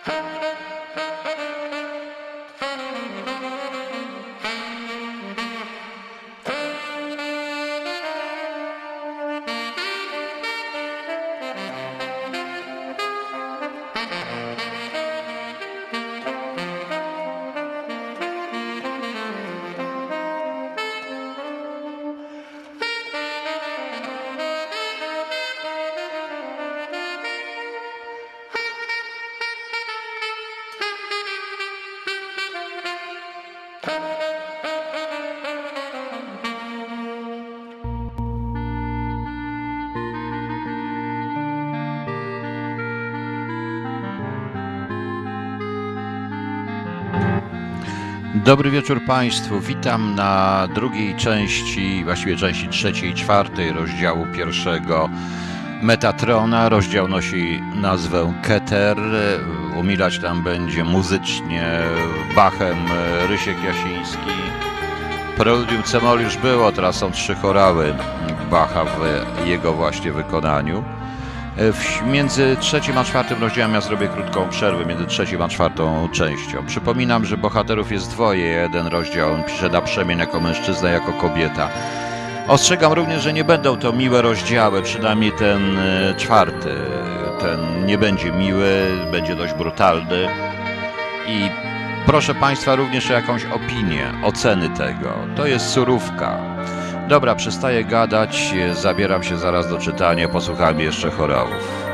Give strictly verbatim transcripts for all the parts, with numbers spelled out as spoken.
Dobry wieczór Państwu. Witam na drugiej części, właściwie części trzeciej i czwartej rozdziału pierwszego Metatrona. Rozdział nosi nazwę Keter. Umilać tam będzie muzycznie Bachem Rysiek Jasiński. Preludium C-moll już było, teraz są trzy chorały Bacha w jego właśnie wykonaniu. Między trzecim a czwartym rozdziałem ja zrobię krótką przerwę, między trzecim a czwartą częścią. Przypominam, że bohaterów jest dwoje. Jeden rozdział on pisze na przemian jako mężczyzna, jako kobieta. Ostrzegam również, że nie będą to miłe rozdziały, przynajmniej ten czwarty. Ten nie będzie miły, będzie dość brutalny. I proszę Państwa również o jakąś opinię, oceny tego. To jest surówka. Dobra, przestaję gadać, zabieram się zaraz do czytania, posłuchajmy jeszcze chorałów.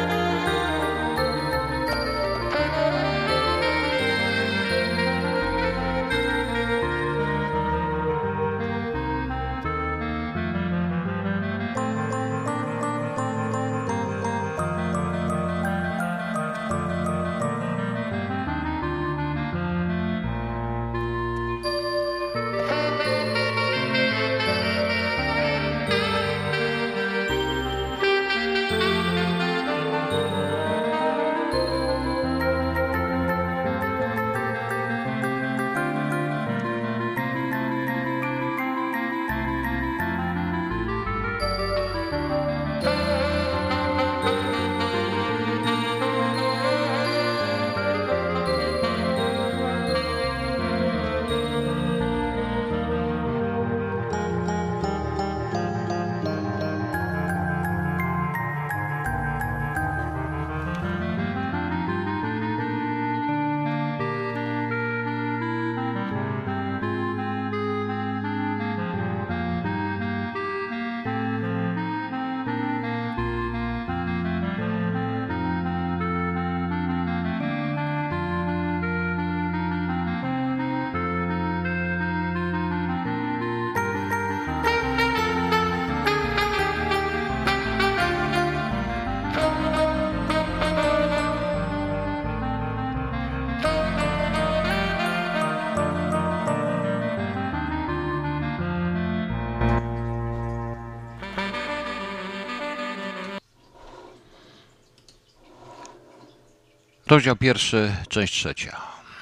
Rozdział pierwszy, część trzecia.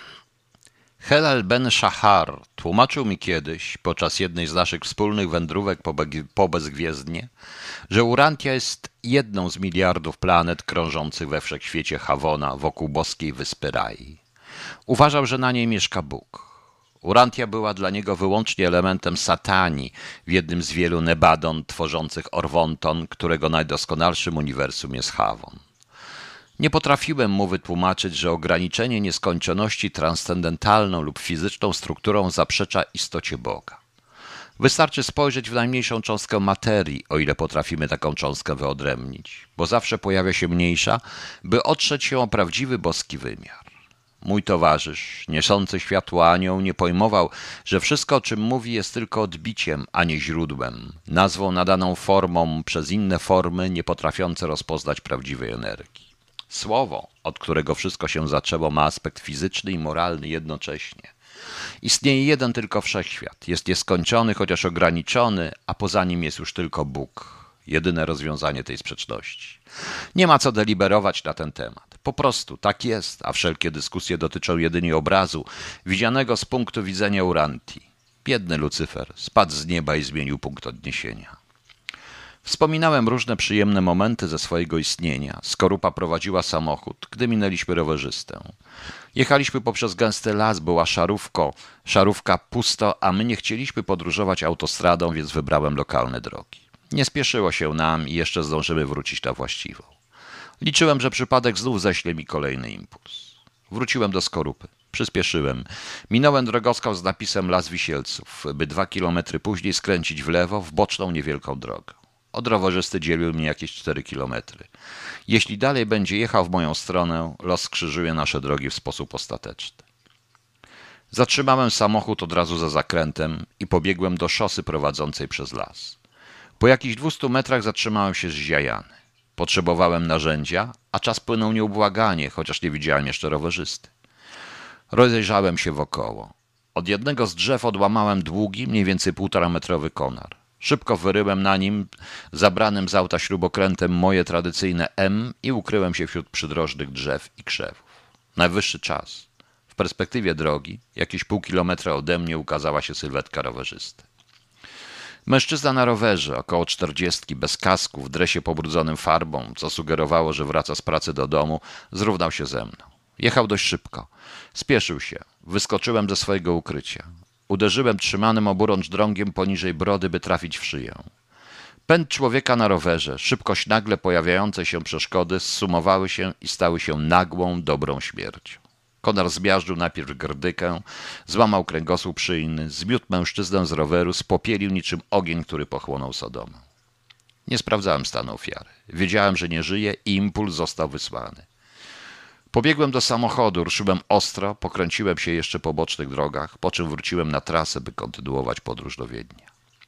Helal ben Shahar tłumaczył mi kiedyś, podczas jednej z naszych wspólnych wędrówek po, po bezgwiezdnie, że Urantia jest jedną z miliardów planet krążących we wszechświecie Havona wokół boskiej wyspy Rai. Uważał, że na niej mieszka Bóg. Urantia była dla niego wyłącznie elementem Satani w jednym z wielu Nebadon tworzących Orwonton, którego najdoskonalszym uniwersum jest Havon. Nie potrafiłem mu wytłumaczyć, że ograniczenie nieskończoności transcendentalną lub fizyczną strukturą zaprzecza istocie Boga. Wystarczy spojrzeć w najmniejszą cząstkę materii, o ile potrafimy taką cząstkę wyodrębnić, bo zawsze pojawia się mniejsza, by otrzeć się o prawdziwy boski wymiar. Mój towarzysz, niosący światło anioł, nie pojmował, że wszystko, o czym mówi, jest tylko odbiciem, a nie źródłem, nazwą nadaną formom przez inne formy, nie potrafiące rozpoznać prawdziwej energii. Słowo, od którego wszystko się zaczęło, ma aspekt fizyczny i moralny jednocześnie. Istnieje jeden tylko wszechświat, jest nieskończony, chociaż ograniczony, a poza nim jest już tylko Bóg. Jedyne rozwiązanie tej sprzeczności. Nie ma co deliberować na ten temat. Po prostu tak jest, a wszelkie dyskusje dotyczą jedynie obrazu, widzianego z punktu widzenia Urantii. Biedny Lucyfer spadł z nieba i zmienił punkt odniesienia. Wspominałem różne przyjemne momenty ze swojego istnienia. Skorupa prowadziła samochód, gdy minęliśmy rowerzystę. Jechaliśmy poprzez gęsty las, była szarówko, szarówka pusto, a my nie chcieliśmy podróżować autostradą, więc wybrałem lokalne drogi. Nie spieszyło się nam i jeszcze zdążymy wrócić na właściwą. Liczyłem, że przypadek znów ześle mi kolejny impuls. Wróciłem do Skorupy. Przyspieszyłem. Minąłem drogowskaz z napisem Las Wisielców, by dwa kilometry później skręcić w lewo w boczną niewielką drogę. Od rowerzysty dzieliły mnie jakieś cztery kilometry. Jeśli dalej będzie jechał w moją stronę, los skrzyżuje nasze drogi w sposób ostateczny. Zatrzymałem samochód od razu za zakrętem i pobiegłem do szosy prowadzącej przez las. Po jakichś dwustu metrach zatrzymałem się zziajany. Potrzebowałem narzędzia, a czas płynął nieubłaganie, chociaż nie widziałem jeszcze rowerzysty. Rozejrzałem się wokoło. Od jednego z drzew odłamałem długi, mniej więcej półtora metrowy konar. Szybko wyryłem na nim, zabranym z auta śrubokrętem, moje tradycyjne M i ukryłem się wśród przydrożnych drzew i krzewów. Najwyższy czas. W perspektywie drogi, jakieś pół kilometra ode mnie, ukazała się sylwetka rowerzysty. Mężczyzna na rowerze, około czterdziestki, bez kasku, w dresie pobrudzonym farbą, co sugerowało, że wraca z pracy do domu, zrównał się ze mną. Jechał dość szybko. Spieszył się. Wyskoczyłem ze swojego ukrycia. Uderzyłem trzymanym oburącz drągiem poniżej brody, by trafić w szyję. Pęd człowieka na rowerze, szybkość nagle pojawiające się przeszkody zsumowały się i stały się nagłą, dobrą śmiercią. Konar zmiażdżył najpierw grdykę, złamał kręgosłup szyjny, zmiótł mężczyznę z roweru, spopielił niczym ogień, który pochłonął Sodomę. Nie sprawdzałem stanu ofiary. Wiedziałem, że nie żyje i impuls został wysłany. Pobiegłem do samochodu, ruszyłem ostro, pokręciłem się jeszcze po bocznych drogach, po czym wróciłem na trasę, by kontynuować podróż do Wiednia.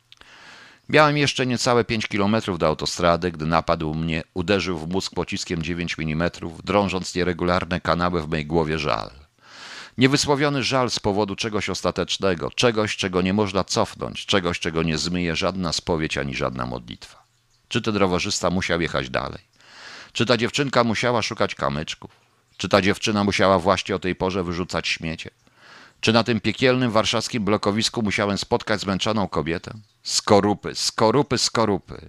Miałem jeszcze niecałe pięć kilometrów do autostrady, gdy napadł mnie, uderzył w mózg pociskiem dziewięć milimetrów, drążąc nieregularne kanały w mej głowie żal. Niewysłowiony żal z powodu czegoś ostatecznego, czegoś, czego nie można cofnąć, czegoś, czego nie zmyje żadna spowiedź ani żadna modlitwa. Czy ten rowerzysta musiał jechać dalej? Czy ta dziewczynka musiała szukać kamyczków? Czy ta dziewczyna musiała właśnie o tej porze wyrzucać śmiecie? Czy na tym piekielnym warszawskim blokowisku musiałem spotkać zmęczoną kobietę? Skorupy, skorupy, skorupy.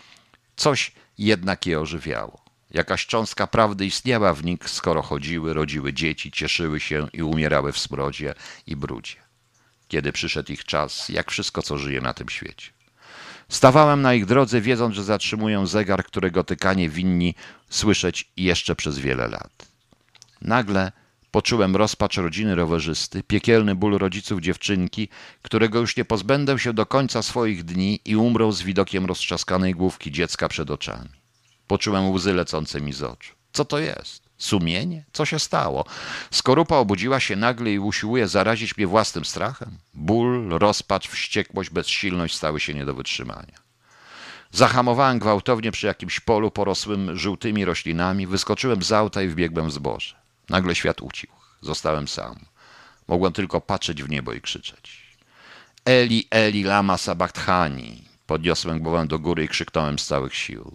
Coś jednak je ożywiało. Jakaś cząstka prawdy istniała w nich, skoro chodziły, rodziły dzieci, cieszyły się i umierały w smrodzie i brudzie. Kiedy przyszedł ich czas, jak wszystko, co żyje na tym świecie. Stawałem na ich drodze, wiedząc, że zatrzymuję zegar, którego tykanie winni słyszeć jeszcze przez wiele lat. Nagle poczułem rozpacz rodziny rowerzysty, piekielny ból rodziców dziewczynki, którego już nie pozbędę się do końca swoich dni i umrą z widokiem roztrzaskanej główki dziecka przed oczami. Poczułem łzy lecące mi z oczu. Co to jest? Sumienie? Co się stało? Skorupa obudziła się nagle i usiłuje zarazić mnie własnym strachem? Ból, rozpacz, wściekłość, bezsilność stały się nie do wytrzymania. Zahamowałem gwałtownie przy jakimś polu porosłym żółtymi roślinami, wyskoczyłem z auta i wbiegłem w zboże. Nagle świat ucichł. Zostałem sam. Mogłem tylko patrzeć w niebo i krzyczeć. Eli, Eli, lama sabachthani. Podniosłem głowę do góry i krzyknąłem z całych sił.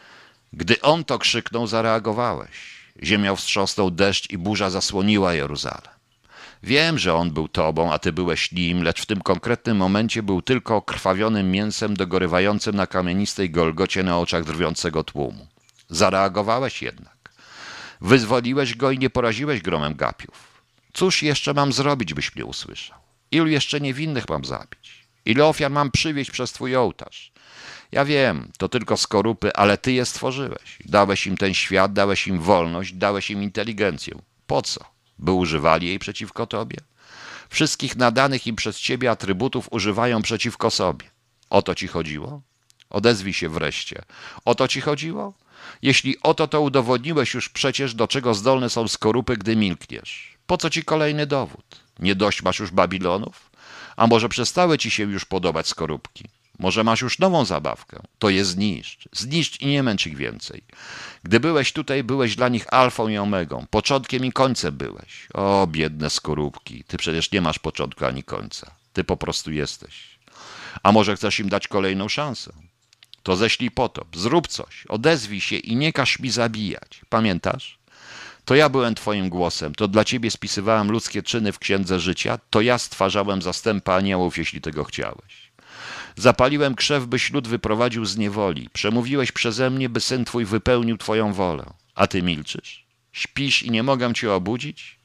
Gdy on to krzyknął, zareagowałeś. Ziemia wstrząsnął deszcz i burza zasłoniła Jeruzalem. Wiem, że on był tobą, a ty byłeś nim, lecz w tym konkretnym momencie był tylko krwawionym mięsem dogorywającym na kamienistej Golgocie na oczach drwiącego tłumu. Zareagowałeś jednak. Wyzwoliłeś go i nie poraziłeś gromem gapiów. Cóż jeszcze mam zrobić, byś mnie usłyszał? Ilu jeszcze niewinnych mam zabić? Ile ofiar mam przywieźć przez twój ołtarz? Ja wiem, to tylko skorupy, ale ty je stworzyłeś. Dałeś im ten świat, dałeś im wolność, dałeś im inteligencję. Po co? By używali jej przeciwko tobie? Wszystkich nadanych im przez ciebie atrybutów używają przeciwko sobie. O to ci chodziło? Odezwij się wreszcie. O to ci chodziło? Jeśli o to, to udowodniłeś już przecież, do czego zdolne są skorupy, gdy milkniesz. Po co ci kolejny dowód? Nie dość masz już Babilonów? A może przestały ci się już podobać skorupki? Może masz już nową zabawkę? To je zniszcz. Zniszcz i nie męcz ich więcej. Gdy byłeś tutaj, byłeś dla nich alfą i omegą. Początkiem i końcem byłeś. O, biedne skorupki. Ty przecież nie masz początku ani końca. Ty po prostu jesteś. A może chcesz im dać kolejną szansę? To ześlij potop. Zrób coś. Odezwij się i nie każ mi zabijać. Pamiętasz? To ja byłem twoim głosem. To dla ciebie spisywałem ludzkie czyny w księdze życia. To ja stwarzałem zastępy aniołów, jeśli tego chciałeś. Zapaliłem krzew, byś lud wyprowadził z niewoli. Przemówiłeś przeze mnie, by syn twój wypełnił twoją wolę. A ty milczysz? Śpisz i nie mogę cię obudzić?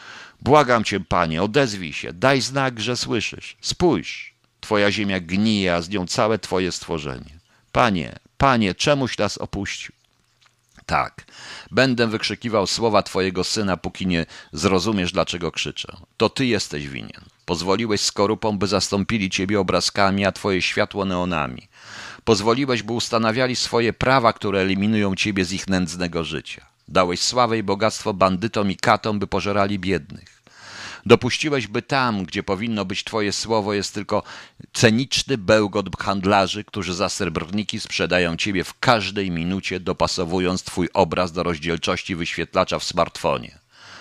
Błagam cię, Panie, odezwij się, daj znak, że słyszysz. Spójrz, twoja ziemia gnije, a z nią całe twoje stworzenie. Panie, Panie, czemuś nas opuścił? Tak, będę wykrzykiwał słowa twojego syna, póki nie zrozumiesz, dlaczego krzyczę. To ty jesteś winien. Pozwoliłeś skorupom, by zastąpili ciebie obrazkami, a twoje światło neonami. Pozwoliłeś, by ustanawiali swoje prawa, które eliminują ciebie z ich nędznego życia. Dałeś sławę i bogactwo bandytom i katom, by pożerali biednych. Dopuściłeś, by tam, gdzie powinno być twoje słowo, jest tylko ceniczny bełkot handlarzy, którzy za srebrniki sprzedają ciebie w każdej minucie, dopasowując twój obraz do rozdzielczości wyświetlacza w smartfonie.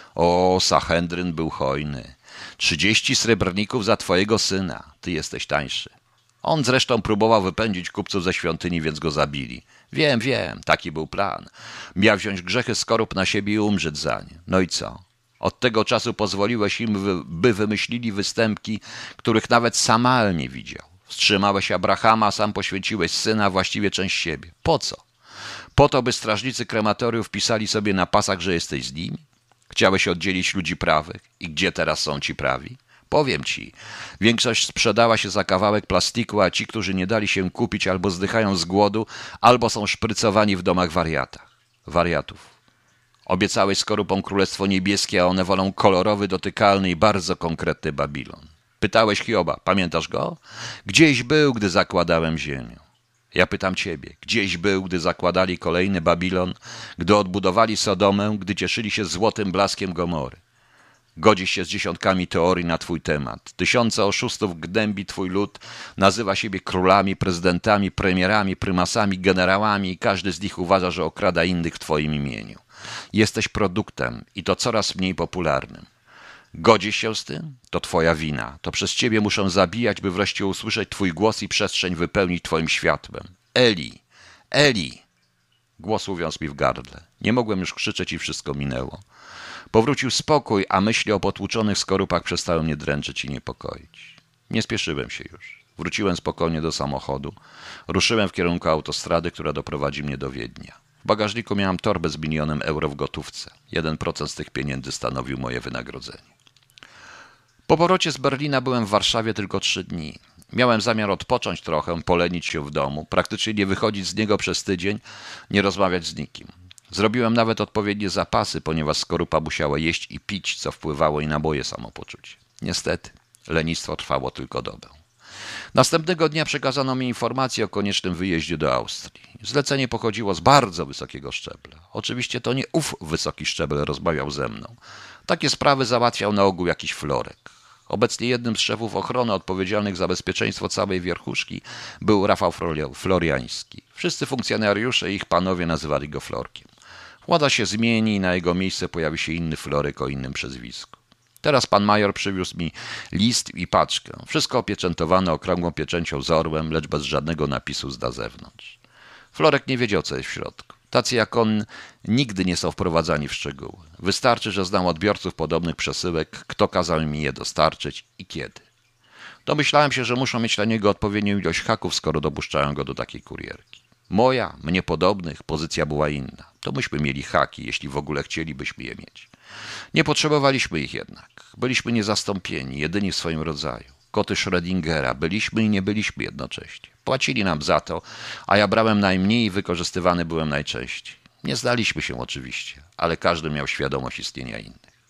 O, Sahendryn był hojny. Trzydzieści srebrników za twojego syna. Ty jesteś tańszy. On zresztą próbował wypędzić kupców ze świątyni, więc go zabili. Wiem, wiem, taki był plan. Miał wziąć grzechy skorup na siebie i umrzeć za nie. No i co? Od tego czasu pozwoliłeś im, by wymyślili występki, których nawet Samael nie widział. Wstrzymałeś Abrahama, a sam poświęciłeś syna, a właściwie część siebie. Po co? Po to, by strażnicy krematoriów pisali sobie na pasach, że jesteś z nimi? Chciałeś oddzielić ludzi prawych? I gdzie teraz są ci prawi? Powiem ci, większość sprzedała się za kawałek plastiku, a ci, którzy nie dali się kupić, albo zdychają z głodu, albo są szprycowani w domach wariatach. Wariatów. Obiecałeś skorupom Królestwo Niebieskie, a one wolą kolorowy, dotykalny i bardzo konkretny Babilon. Pytałeś Hioba, pamiętasz go? Gdzieś był, gdy zakładałem ziemię. Ja pytam ciebie, gdzieś był, gdy zakładali kolejny Babilon, gdy odbudowali Sodomę, gdy cieszyli się złotym blaskiem Gomory. Godzisz się z dziesiątkami teorii na twój temat. Tysiące oszustów gnębi twój lud, nazywa siebie królami, prezydentami, premierami, prymasami, generałami i każdy z nich uważa, że okrada innych w twoim imieniu. Jesteś produktem i to coraz mniej popularnym. Godzisz się z tym? To twoja wina. To przez ciebie muszę zabijać, by wreszcie usłyszeć twój głos i przestrzeń wypełnić twoim światłem. Eli! Eli! Głos uwiązł mi w gardle. Nie mogłem już krzyczeć i wszystko minęło. Powrócił spokój, a myśli o potłuczonych skorupach przestały mnie dręczyć i niepokoić. Nie spieszyłem się już. Wróciłem spokojnie do samochodu. Ruszyłem w kierunku autostrady, która doprowadzi mnie do Wiednia. W bagażniku miałem torbę z milionem euro w gotówce. Jeden procent z tych pieniędzy stanowił moje wynagrodzenie. Po powrocie z Berlina byłem w Warszawie tylko trzy dni. Miałem zamiar odpocząć trochę, polenić się w domu, praktycznie nie wychodzić z niego przez tydzień, nie rozmawiać z nikim. Zrobiłem nawet odpowiednie zapasy, ponieważ skorupa musiała jeść i pić, co wpływało i na moje samopoczucie. Niestety, lenistwo trwało tylko dobę. Następnego dnia przekazano mi informację o koniecznym wyjeździe do Austrii. Zlecenie pochodziło z bardzo wysokiego szczebla. Oczywiście to nie ów wysoki szczebel rozmawiał ze mną. Takie sprawy załatwiał na ogół jakiś Florek. Obecnie jednym z szefów ochrony odpowiedzialnych za bezpieczeństwo całej wierchuszki był Rafał Floriański. Wszyscy funkcjonariusze i ich panowie nazywali go Florkiem. Władza się zmieni i na jego miejsce pojawi się inny Florek o innym przezwisku. Teraz pan major przywiózł mi list i paczkę. Wszystko opieczętowane okrągłą pieczęcią z orłem, lecz bez żadnego napisu z na zewnątrz. Florek nie wiedział, co jest w środku. Tacy jak on nigdy nie są wprowadzani w szczegóły. Wystarczy, że znam odbiorców podobnych przesyłek, kto kazał mi je dostarczyć i kiedy. Domyślałem się, że muszą mieć dla niego odpowiednią ilość haków, skoro dopuszczają go do takiej kurierki. Moja, mnie podobnych, pozycja była inna. To myśmy mieli haki, jeśli w ogóle chcielibyśmy je mieć. Nie potrzebowaliśmy ich jednak. Byliśmy niezastąpieni, jedyni w swoim rodzaju. Koty Schrödingera, byliśmy i nie byliśmy jednocześnie. Płacili nam za to, a ja brałem najmniej i wykorzystywany byłem najczęściej. Nie znaliśmy się oczywiście, ale każdy miał świadomość istnienia innych.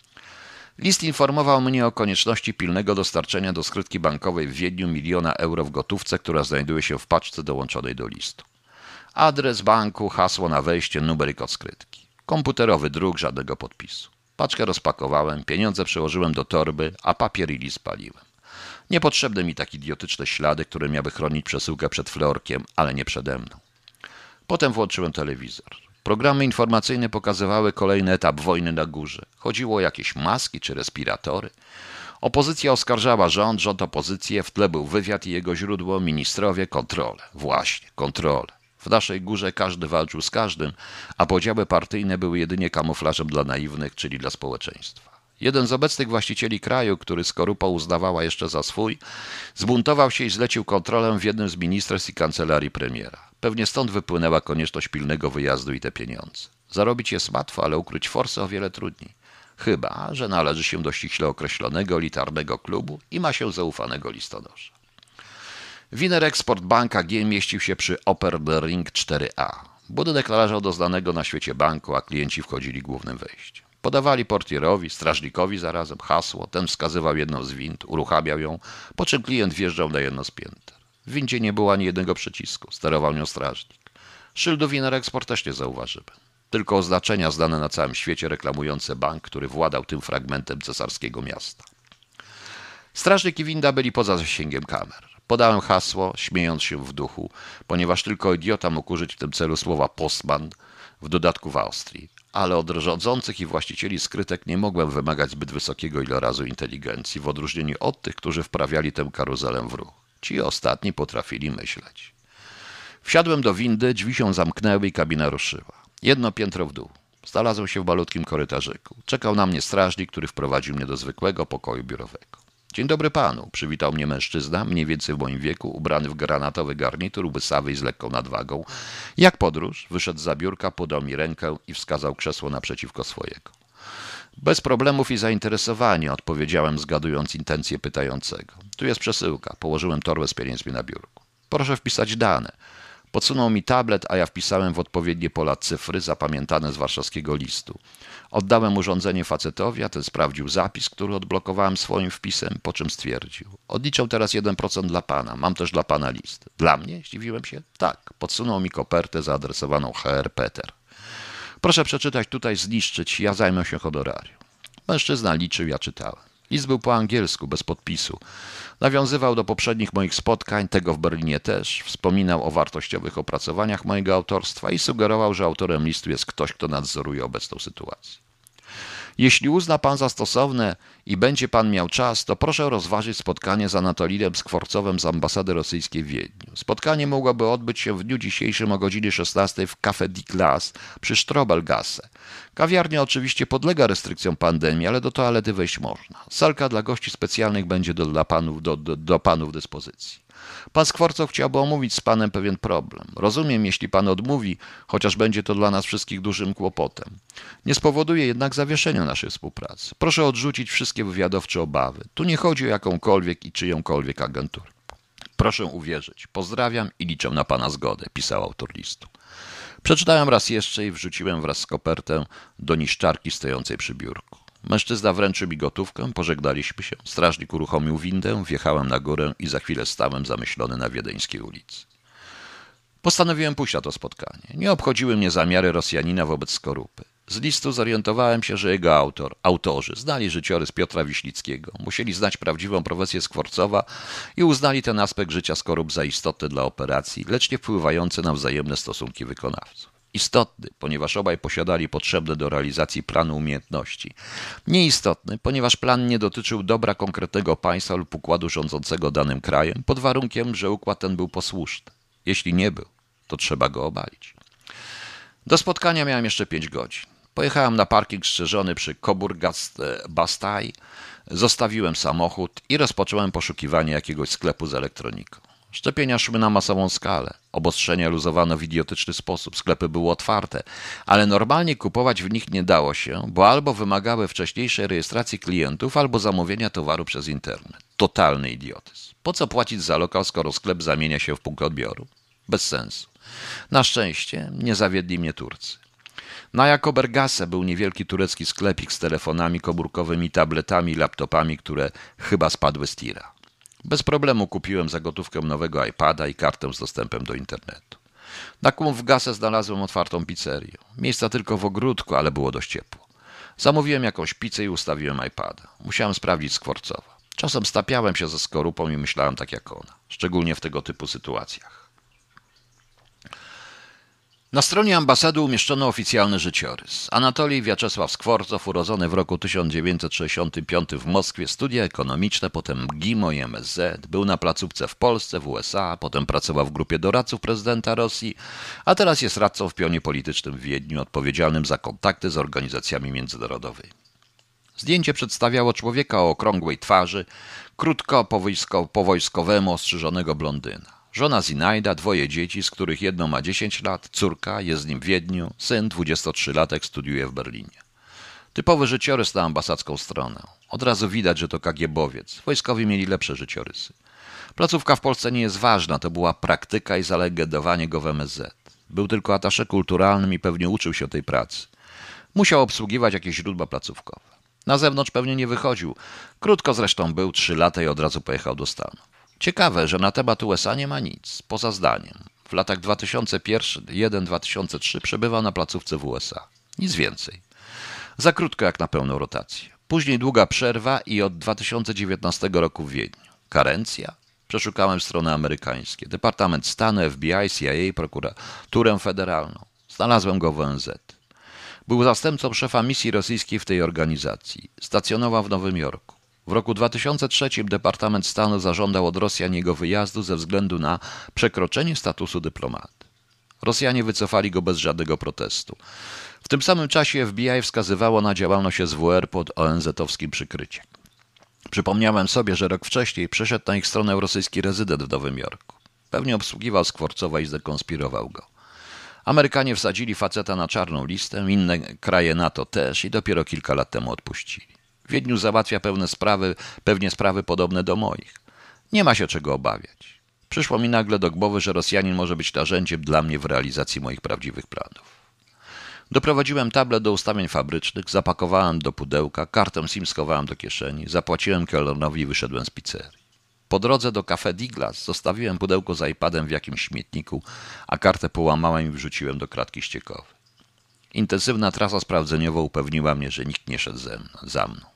List informował mnie o konieczności pilnego dostarczenia do skrytki bankowej w Wiedniu miliona euro w gotówce, która znajduje się w paczce dołączonej do listu. Adres banku, hasło na wejście, numer i kod skrytki. Komputerowy druk, żadnego podpisu. Paczkę rozpakowałem, pieniądze przełożyłem do torby, a papier i list paliłem. Niepotrzebne mi tak idiotyczne ślady, które miały chronić przesyłkę przed Florkiem, ale nie przede mną. Potem włączyłem telewizor. Programy informacyjne pokazywały kolejny etap wojny na górze. Chodziło o jakieś maski czy respiratory. Opozycja oskarżała rząd, rząd opozycję, w tle był wywiad i jego źródło, ministrowie, kontrole. Właśnie, kontrole. W naszej górze każdy walczył z każdym, a podziały partyjne były jedynie kamuflażem dla naiwnych, czyli dla społeczeństwa. Jeden z obecnych właścicieli kraju, który Skorupa uznawała jeszcze za swój, zbuntował się i zlecił kontrolę w jednym z ministerstw i kancelarii premiera. Pewnie stąd wypłynęła konieczność pilnego wyjazdu i te pieniądze. Zarobić jest łatwo, ale ukryć forsę o wiele trudniej. Chyba że należy się do ściśle określonego elitarnego klubu i ma się zaufanego listonosza. Wiener Export Bank A G mieścił się przy Opperdering cztery A. Budynek należał do znanego na świecie banku, a klienci wchodzili głównym wejściem. Podawali portierowi, strażnikowi zarazem hasło, ten wskazywał jedną z wind, uruchamiał ją, po czym klient wjeżdżał na jedno z pięter. W windzie nie było ani jednego przycisku, sterował nią strażnik. Szyldu Wiener Export też nie zauważyłem. Tylko oznaczenia znane na całym świecie reklamujące bank, który władał tym fragmentem cesarskiego miasta. Strażnik i winda byli poza zasięgiem kamer. Podałem hasło, śmiejąc się w duchu, ponieważ tylko idiota mógł użyć w tym celu słowa postman, w dodatku w Austrii. Ale od rządzących i właścicieli skrytek nie mogłem wymagać zbyt wysokiego ilorazu inteligencji, w odróżnieniu od tych, którzy wprawiali tę karuzelę w ruch. Ci ostatni potrafili myśleć. Wsiadłem do windy, drzwi się zamknęły i kabina ruszyła. Jedno piętro w dół. Znalazłem się w malutkim korytarzyku. Czekał na mnie strażnik, który wprowadził mnie do zwykłego pokoju biurowego. Dzień dobry panu, przywitał mnie mężczyzna, mniej więcej w moim wieku, ubrany w granatowy garnitur, łysawy i z lekką nadwagą. Jak podróż? Wyszedł za biurka, podał mi rękę i wskazał krzesło naprzeciwko swojego. Bez problemów i zainteresowania, odpowiedziałem, zgadując intencje pytającego. Tu jest przesyłka. Położyłem torbę z pieniędzmi na biurku. Proszę wpisać dane. Podsunął mi tablet, a ja wpisałem w odpowiednie pola cyfry zapamiętane z warszawskiego listu. Oddałem urządzenie facetowi, a ten sprawdził zapis, który odblokowałem swoim wpisem, po czym stwierdził. Odliczę teraz jeden procent dla pana. Mam też dla pana list. Dla mnie? Zdziwiłem się. Tak. Podsunął mi kopertę zaadresowaną H R Peter. Proszę przeczytać tutaj, zniszczyć. Ja zajmę się honorarium. Mężczyzna liczył, ja czytałem. List był po angielsku, bez podpisu. Nawiązywał do poprzednich moich spotkań, tego w Berlinie też. Wspominał o wartościowych opracowaniach mojego autorstwa i sugerował, że autorem listu jest ktoś, kto nadzoruje obecną sytuację. Jeśli uzna pan za stosowne i będzie pan miał czas, to proszę rozważyć spotkanie z Anatolinem Skworcowem z ambasady rosyjskiej w Wiedniu. Spotkanie mogłoby odbyć się w dniu dzisiejszym o godzinie szesnastej w Café die Glace przy Strobelgasse. Kawiarnia oczywiście podlega restrykcjom pandemii, ale do toalety wejść można. Salka dla gości specjalnych będzie do, dla panów, do, do, do panów dyspozycji. Pan Skworcow chciałby omówić z panem pewien problem. Rozumiem, jeśli pan odmówi, chociaż będzie to dla nas wszystkich dużym kłopotem. Nie spowoduje jednak zawieszenia naszej współpracy. Proszę odrzucić wszystkie wywiadowcze obawy. Tu nie chodzi o jakąkolwiek i czyjąkolwiek agenturę. Proszę uwierzyć. Pozdrawiam i liczę na pana zgodę, pisał autor listu. Przeczytałem raz jeszcze i wrzuciłem wraz z kopertę do niszczarki stojącej przy biurku. Mężczyzna wręczył mi gotówkę, pożegnaliśmy się. Strażnik uruchomił windę, wjechałem na górę i za chwilę stałem zamyślony na Wiedeńskiej ulicy. Postanowiłem pójść na to spotkanie. Nie obchodziły mnie zamiary Rosjanina wobec Skorupy. Z listu zorientowałem się, że jego autor, autorzy znali życiorys Piotra Wiślickiego, musieli znać prawdziwą profesję Skworcowa i uznali ten aspekt życia Skorup za istotny dla operacji, lecz nie wpływający na wzajemne stosunki wykonawców. Istotny, ponieważ obaj posiadali potrzebne do realizacji planu umiejętności. Nieistotny, ponieważ plan nie dotyczył dobra konkretnego państwa lub układu rządzącego danym krajem, pod warunkiem, że układ ten był posłuszny. Jeśli nie był, to trzeba go obalić. Do spotkania miałem jeszcze pięć godzin. Pojechałem na parking strzeżony przy Coburg-Bastei, zostawiłem samochód i rozpocząłem poszukiwanie jakiegoś sklepu z elektroniką. Szczepienia szły na masową skalę. Obostrzenia luzowano w idiotyczny sposób. Sklepy były otwarte, ale normalnie kupować w nich nie dało się, bo albo wymagały wcześniejszej rejestracji klientów, albo zamówienia towaru przez internet. Totalny idiotyzm. Po co płacić za lokal, skoro sklep zamienia się w punkt odbioru? Bez sensu. Na szczęście nie zawiedli mnie Turcy. Na Jakobergasse był niewielki turecki sklepik z telefonami komórkowymi, tabletami i laptopami, które chyba spadły z tira. Bez problemu kupiłem za gotówkę nowego iPada i kartę z dostępem do internetu. Na Kumwgasse znalazłem otwartą pizzerię. Miejsca tylko w ogródku, ale było dość ciepło. Zamówiłem jakąś pizzę i ustawiłem iPada. Musiałem sprawdzić Skworcowa. Czasem stapiałem się ze Skorupą i myślałem tak jak ona, szczególnie w tego typu sytuacjach. Na stronie ambasady umieszczono oficjalny życiorys. Anatolij Wiaczesław Skworcow, urodzony w roku tysiąc dziewięćset sześćdziesiątym piątym w Moskwie, studia ekonomiczne, potem G I M O i M S Z, był na placówce w Polsce, w U S A, potem pracował w grupie doradców prezydenta Rosji, a teraz jest radcą w pionie politycznym w Wiedniu, odpowiedzialnym za kontakty z organizacjami międzynarodowymi. Zdjęcie przedstawiało człowieka o okrągłej twarzy, krótko po, wojsko, po wojskowemu ostrzyżonego blondyna. Żona Zinajda, dwoje dzieci, z których jedno ma dziesięć lat, córka jest z nim w Wiedniu, syn dwudziestotrzylatek studiuje w Berlinie. Typowy życiorys na ambasadzką stronę. Od razu widać, że to kagiebowiec. Wojskowi mieli lepsze życiorysy. Placówka w Polsce nie jest ważna, to była praktyka i zalegendowanie go w M S Z. Był tylko atasze kulturalnym i pewnie uczył się tej pracy. Musiał obsługiwać jakieś źródła placówkowe. Na zewnątrz pewnie nie wychodził. Krótko zresztą był, trzy lata i od razu pojechał do Stanów. Ciekawe, że na temat U S A nie ma nic, poza zdaniem. W latach dwa tysiące jeden do dwa tysiące trzeciego przebywał na placówce w U S A. Nic więcej. Za krótko jak na pełną rotację. Później długa przerwa i od dwa tysiące dziewiętnastego roku w Wiedniu. Karencja? Przeszukałem strony amerykańskie. Departament Stanu, F B I, C I A, prokuraturę federalną. Znalazłem go w O N Z. Był zastępcą szefa misji rosyjskiej w tej organizacji. Stacjonował w Nowym Jorku. W roku dwa tysiące trzecim Departament Stanu zażądał od Rosjan jego wyjazdu ze względu na przekroczenie statusu dyplomaty. Rosjanie wycofali go bez żadnego protestu. W tym samym czasie F B I wskazywało na działalność S W R pod O N Z-owskim przykryciem. Przypomniałem sobie, że rok wcześniej przeszedł na ich stronę rosyjski rezydent w Nowym Jorku. Pewnie obsługiwał Skworcowa i zdekonspirował go. Amerykanie wsadzili faceta na czarną listę, inne kraje NATO też i dopiero kilka lat temu odpuścili. W Wiedniu załatwia pewne sprawy, pewnie sprawy podobne do moich. Nie ma się czego obawiać. Przyszło mi nagle do głowy, że Rosjanin może być narzędziem dla mnie w realizacji moich prawdziwych planów. Doprowadziłem tablet do ustawień fabrycznych, zapakowałem do pudełka, kartę SIM schowałem do kieszeni, zapłaciłem kelnerowi i wyszedłem z pizzerii. Po drodze do Café Diglas zostawiłem pudełko z iPadem w jakimś śmietniku, a kartę połamałem i wrzuciłem do kratki ściekowej. Intensywna trasa sprawdzeniowa upewniła mnie, że nikt nie szedł ze mną, za mną.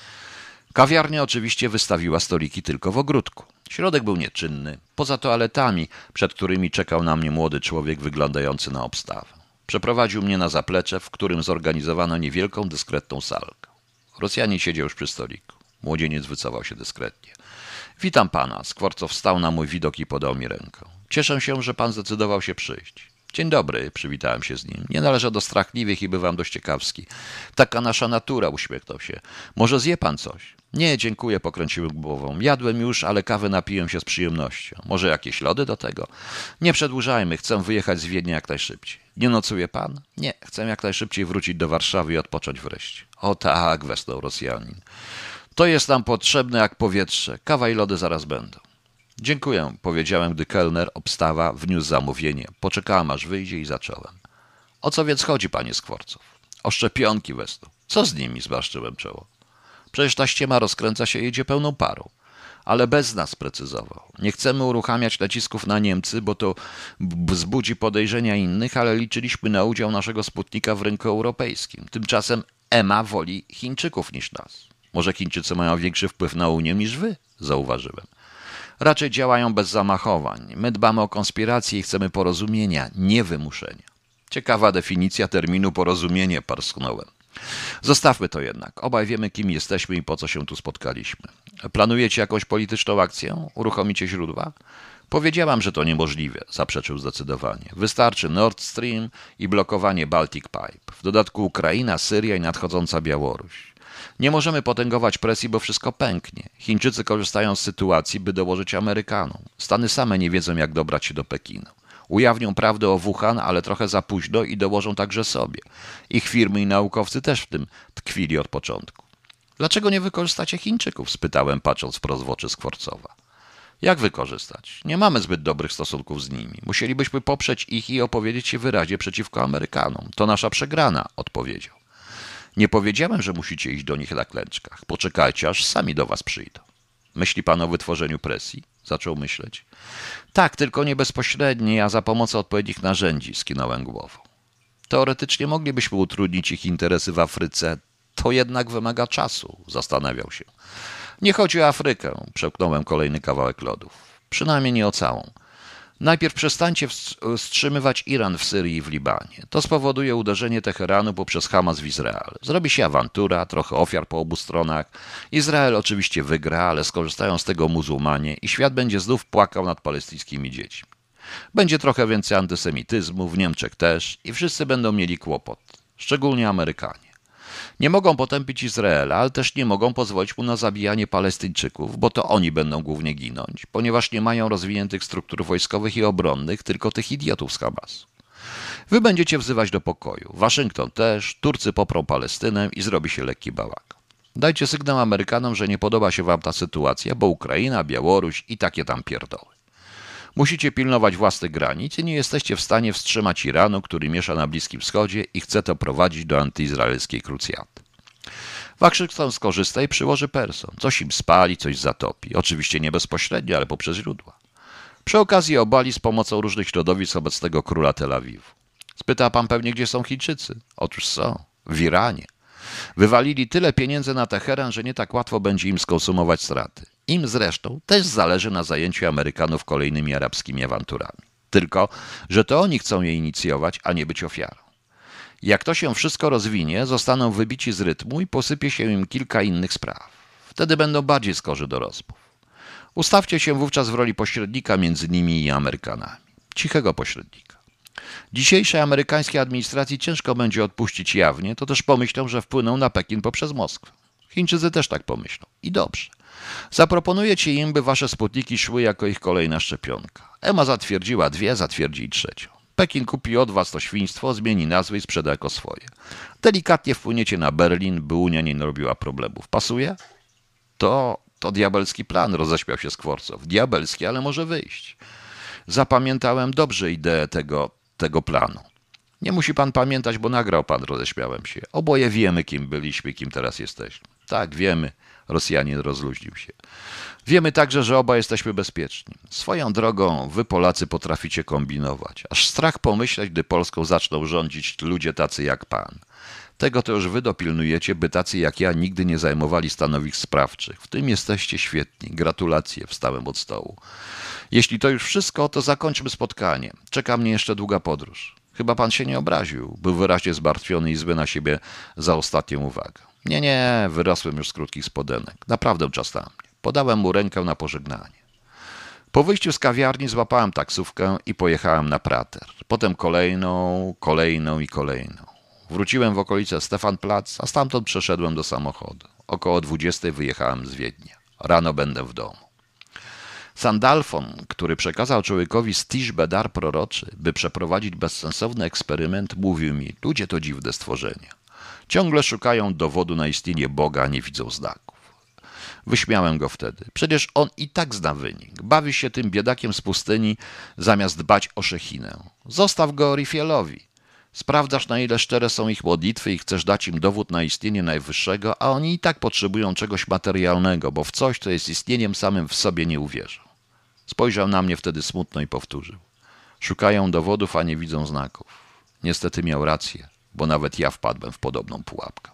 Kawiarnia oczywiście wystawiła stoliki tylko w ogródku. Środek był nieczynny, poza toaletami, przed którymi czekał na mnie młody człowiek wyglądający na obstawę. Przeprowadził mnie na zaplecze, w którym zorganizowano niewielką, dyskretną salkę. Rosjanin siedział już przy stoliku. Młodzieniec wycofał się dyskretnie. Witam pana. Skworcow wstał na mój widok i podał mi rękę. Cieszę się, że pan zdecydował się przyjść. Dzień dobry, przywitałem się z nim. Nie należę do strachliwych i bywam dość ciekawski. Taka nasza natura, uśmiechnął się. Może zje pan coś? Nie, dziękuję, pokręciłem głową. Jadłem już, ale kawę napiję się z przyjemnością. Może jakieś lody do tego? Nie przedłużajmy, chcę wyjechać z Wiednia jak najszybciej. Nie nocuje pan? Nie, chcę jak najszybciej wrócić do Warszawy i odpocząć wreszcie. O tak, westchnął Rosjanin. To jest nam potrzebne jak powietrze. Kawa i lody zaraz będą. Dziękuję, powiedziałem, gdy kelner, obstawa, wniósł zamówienie. Poczekałem, aż wyjdzie i zacząłem. O co więc chodzi, panie Skworcow? O szczepionki, westchnął. Co z nimi? Zmarszczyłem czoło. Przecież ta ściema rozkręca się i jedzie pełną parą. Ale bez nas, precyzował. Nie chcemy uruchamiać nacisków na Niemcy, bo to wzbudzi podejrzenia innych, ale liczyliśmy na udział naszego Sputnika w rynku europejskim. Tymczasem E M A woli Chińczyków niż nas. Może Chińczycy mają większy wpływ na Unię niż wy? Zauważyłem. Raczej działają bez zamachowań. My dbamy o konspirację i chcemy porozumienia, nie wymuszenia. Ciekawa definicja terminu porozumienie, parsknąłem. Zostawmy to jednak. Obaj wiemy, kim jesteśmy i po co się tu spotkaliśmy. Planujecie jakąś polityczną akcję? Uruchomicie źródła? Powiedziałam, że to niemożliwe, zaprzeczył zdecydowanie. Wystarczy Nord Stream i blokowanie Baltic Pipe. W dodatku Ukraina, Syria i nadchodząca Białoruś. Nie możemy potęgować presji, bo wszystko pęknie. Chińczycy korzystają z sytuacji, by dołożyć Amerykanom. Stany same nie wiedzą, jak dobrać się do Pekinu. Ujawnią prawdę o Wuhan, ale trochę za późno i dołożą także sobie. Ich firmy i naukowcy też w tym tkwili od początku. Dlaczego nie wykorzystacie Chińczyków? Spytałem, patrząc wprost w oczy Skworcowa. Jak wykorzystać? Nie mamy zbyt dobrych stosunków z nimi. Musielibyśmy poprzeć ich i opowiedzieć się wyraźnie przeciwko Amerykanom. To nasza przegrana, odpowiedział. Nie powiedziałem, że musicie iść do nich na klęczkach. Poczekajcie, aż sami do was przyjdą. Myśli pan o wytworzeniu presji? Zaczął myśleć. Tak, tylko nie bezpośredniej, a za pomocą odpowiednich narzędzi, skinąłem głową. Teoretycznie moglibyśmy utrudnić ich interesy w Afryce. To jednak wymaga czasu, zastanawiał się. Nie chodzi o Afrykę, przełknąłem kolejny kawałek lodów. Przynajmniej nie o całą. Najpierw przestańcie wstrzymywać Iran w Syrii i w Libanie. To spowoduje uderzenie Teheranu poprzez Hamas w Izrael. Zrobi się awantura, trochę ofiar po obu stronach. Izrael oczywiście wygra, ale skorzystają z tego muzułmanie i świat będzie znów płakał nad palestyńskimi dziećmi. Będzie trochę więcej antysemityzmu, w Niemczech też i wszyscy będą mieli kłopot. Szczególnie Amerykanie. Nie mogą potępić Izraela, ale też nie mogą pozwolić mu na zabijanie Palestyńczyków, bo to oni będą głównie ginąć, ponieważ nie mają rozwiniętych struktur wojskowych i obronnych, tylko tych idiotów z Hamasu. Wy będziecie wzywać do pokoju. Waszyngton też, Turcy poprą Palestynę i zrobi się lekki bałagan. Dajcie sygnał Amerykanom, że nie podoba się wam ta sytuacja, bo Ukraina, Białoruś i takie tam pierdoły. Musicie pilnować własnych granic i nie jesteście w stanie wstrzymać Iranu, który miesza na Bliskim Wschodzie i chce to prowadzić do antyizraelskiej krucjaty. Waszyngton skorzysta i przyłoży Persom. Coś im spali, coś zatopi. Oczywiście nie bezpośrednio, ale poprzez źródła. Przy okazji obali z pomocą różnych środowisk obecnego króla Tel Awiwu. Spyta pan pewnie, gdzie są Chińczycy? Otóż są. W Iranie. Wywalili tyle pieniędzy na Teheran, że nie tak łatwo będzie im skonsumować straty. Im zresztą też zależy na zajęciu Amerykanów kolejnymi arabskimi awanturami. Tylko, że to oni chcą je inicjować, a nie być ofiarą. Jak to się wszystko rozwinie, zostaną wybici z rytmu i posypie się im kilka innych spraw. Wtedy będą bardziej skorzy do rozmów. Ustawcie się wówczas w roli pośrednika między nimi i Amerykanami. Cichego pośrednika. Dzisiejszej amerykańskiej administracji ciężko będzie odpuścić jawnie, to też pomyślą, że wpłyną na Pekin poprzez Moskwę. Chińczycy też tak pomyślą. I dobrze. Zaproponujecie im, by wasze sputniki szły jako ich kolejna szczepionka. E M A zatwierdziła dwie, zatwierdzi i trzecią. Pekin kupi od was to świństwo, zmieni nazwy i sprzeda jako swoje. Delikatnie wpłyniecie na Berlin, by Unia nie robiła problemów. Pasuje? To, to diabelski plan, roześmiał się Skworcow. Diabelski, ale może wyjść. Zapamiętałem dobrze ideę tego, tego planu. Nie musi pan pamiętać, bo nagrał pan, roześmiałem się. Oboje wiemy, kim byliśmy, kim teraz jesteśmy. Tak, wiemy. Rosjanin rozluźnił się. Wiemy także, że oba jesteśmy bezpieczni. Swoją drogą, wy Polacy potraficie kombinować. Aż strach pomyśleć, gdy Polską zaczną rządzić ludzie tacy jak pan. Tego to już wy dopilnujecie, by tacy jak ja nigdy nie zajmowali stanowisk sprawczych. W tym jesteście świetni. Gratulacje, wstałem od stołu. Jeśli to już wszystko, to zakończmy spotkanie. Czeka mnie jeszcze długa podróż. Chyba pan się nie obraził. Był wyraźnie zmartwiony i zły na siebie za ostatnią uwagę. Nie, nie, wyrosłem już z krótkich spodenek. Naprawdę czas na mnie. Podałem mu rękę na pożegnanie. Po wyjściu z kawiarni złapałem taksówkę i pojechałem na Prater. Potem kolejną, kolejną i kolejną. Wróciłem w okolice Stefanplatz, a stamtąd przeszedłem do samochodu. Około dwudziestej wyjechałem z Wiednia. Rano będę w domu. Sandalfon, który przekazał człowiekowi Stiżbe dar proroczy, by przeprowadzić bezsensowny eksperyment, mówił mi, ludzie to dziwne stworzenia. Ciągle szukają dowodu na istnienie Boga, a nie widzą znaków. Wyśmiałem go wtedy. Przecież on i tak zna wynik. Bawi się tym biedakiem z pustyni, zamiast dbać o Szechinę. Zostaw go Rifielowi. Sprawdzasz, na ile szczere są ich modlitwy i chcesz dać im dowód na istnienie Najwyższego, a oni i tak potrzebują czegoś materialnego, bo w coś, co jest istnieniem samym w sobie, nie uwierzą. Spojrzał na mnie wtedy smutno i powtórzył. Szukają dowodów, a nie widzą znaków. Niestety miał rację, bo nawet ja wpadłem w podobną pułapkę.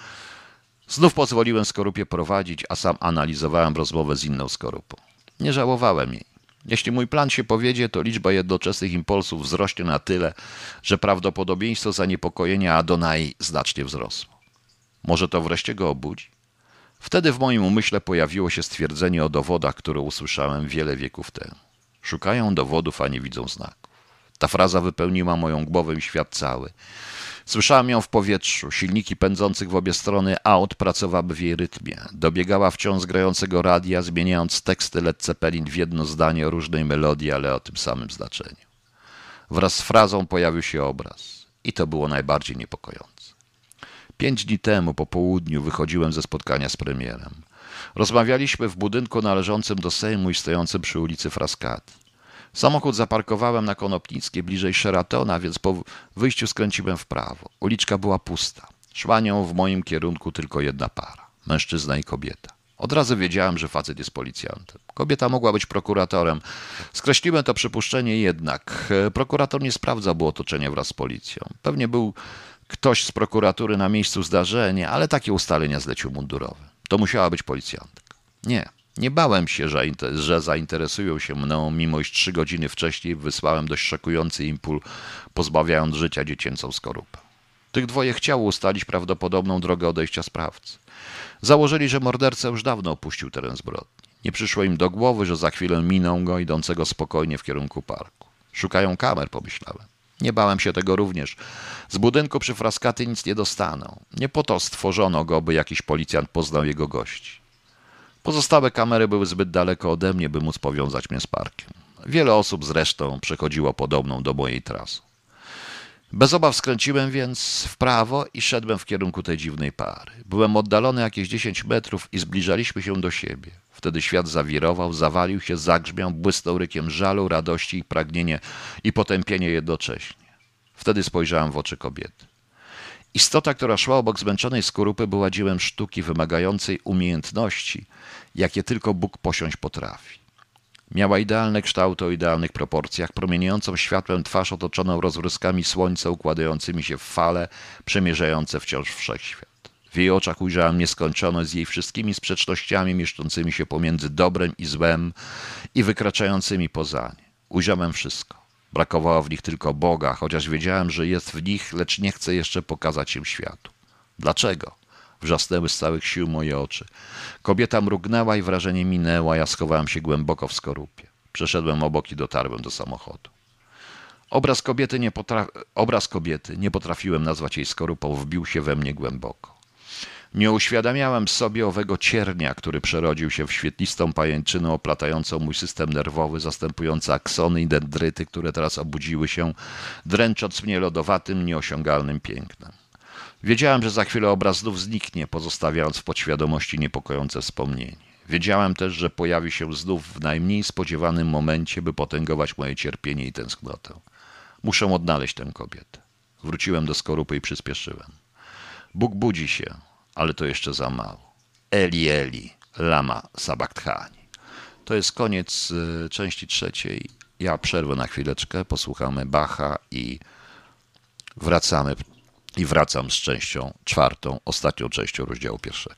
Znów pozwoliłem skorupie prowadzić, a sam analizowałem rozmowę z inną skorupą. Nie żałowałem jej. Jeśli mój plan się powiedzie, to liczba jednoczesnych impulsów wzrośnie na tyle, że prawdopodobieństwo zaniepokojenia Adonai znacznie wzrosło. Może to wreszcie go obudzi? Wtedy w moim umyśle pojawiło się stwierdzenie o dowodach, które usłyszałem wiele wieków temu. Szukają dowodów, a nie widzą znaków. Ta fraza wypełniła moją głowę i świat cały. Słyszałem ją w powietrzu, silniki pędzących w obie strony aut pracowały w jej rytmie. Dobiegała wciąż z grającego radia, zmieniając teksty Led Zeppelin w jedno zdanie o różnej melodii, ale o tym samym znaczeniu. Wraz z frazą pojawił się obraz i to było najbardziej niepokojące. Pięć dni temu po południu wychodziłem ze spotkania z premierem. Rozmawialiśmy w budynku należącym do Sejmu i stojącym przy ulicy Frascati. Samochód zaparkowałem na Konopnickiej bliżej Sheratona, więc po wyjściu skręciłem w prawo. Uliczka była pusta. Szła nią w moim kierunku tylko jedna para. Mężczyzna i kobieta. Od razu wiedziałem, że facet jest policjantem. Kobieta mogła być prokuratorem. Skreśliłem to przypuszczenie jednak. Prokurator nie sprawdzał było otoczenia wraz z policją. Pewnie był ktoś z prokuratury na miejscu zdarzenia, ale takie ustalenia zlecił mundurowy. To musiała być policjantka. Nie. Nie bałem się, że zainteresują się mną, mimo iż trzy godziny wcześniej wysłałem dość szokujący impul, pozbawiając życia dziecięcą skorupę. Tych dwoje chciało ustalić prawdopodobną drogę odejścia sprawcy. Założyli, że morderca już dawno opuścił teren zbrodni. Nie przyszło im do głowy, że za chwilę miną go idącego spokojnie w kierunku parku. Szukają kamer, pomyślałem. Nie bałem się tego również. Z budynku przy Frascati nic nie dostaną. Nie po to stworzono go, by jakiś policjant poznał jego gości. Pozostałe kamery były zbyt daleko ode mnie, by móc powiązać mnie z parkiem. Wiele osób zresztą przechodziło podobną do mojej trasy. Bez obaw skręciłem więc w prawo i szedłem w kierunku tej dziwnej pary. Byłem oddalony jakieś dziesięć metrów i zbliżaliśmy się do siebie. Wtedy świat zawirował, zawalił się, zagrzmiał, błysnął rykiem żalu, radości i pragnienie i potępienie jednocześnie. Wtedy spojrzałem w oczy kobiety. Istota, która szła obok zmęczonej skorupy, była dziełem sztuki wymagającej umiejętności, jakie tylko Bóg posiąść potrafi. Miała idealne kształty o idealnych proporcjach, promieniejącą światłem twarz otoczoną rozbryskami słońca układającymi się w fale, przemierzające wciąż wszechświat. W jej oczach ujrzałem nieskończoność z jej wszystkimi sprzecznościami mieszczącymi się pomiędzy dobrem i złem i wykraczającymi poza nie. Ujrzałem wszystko. Brakowało w nich tylko Boga, chociaż wiedziałem, że jest w nich, lecz nie chcę jeszcze pokazać się światu. Dlaczego? Wrzasnęły z całych sił moje oczy. Kobieta mrugnęła i wrażenie minęło, a ja schowałem się głęboko w skorupie. Przeszedłem obok i dotarłem do samochodu. Obraz kobiety nie, potra... Obraz kobiety, nie potrafiłem nazwać jej skorupą, wbił się we mnie głęboko. Nie uświadamiałem sobie owego ciernia, który przerodził się w świetlistą pajęczynę oplatającą mój system nerwowy, zastępujący aksony i dendryty, które teraz obudziły się, dręcząc mnie lodowatym, nieosiągalnym pięknem. Wiedziałem, że za chwilę obraz znów zniknie, pozostawiając w podświadomości niepokojące wspomnienie. Wiedziałem też, że pojawi się znów w najmniej spodziewanym momencie, by potęgować moje cierpienie i tęsknotę. Muszę odnaleźć tę kobietę. Wróciłem do skorupy i przyspieszyłem. Bóg budzi się, ale to jeszcze za mało. Eli, Eli, lama sabachthani. To jest koniec y, części trzeciej. Ja przerwę na chwileczkę, posłuchamy Bacha i wracamy. I wracam z częścią czwartą, ostatnią częścią rozdziału pierwszego.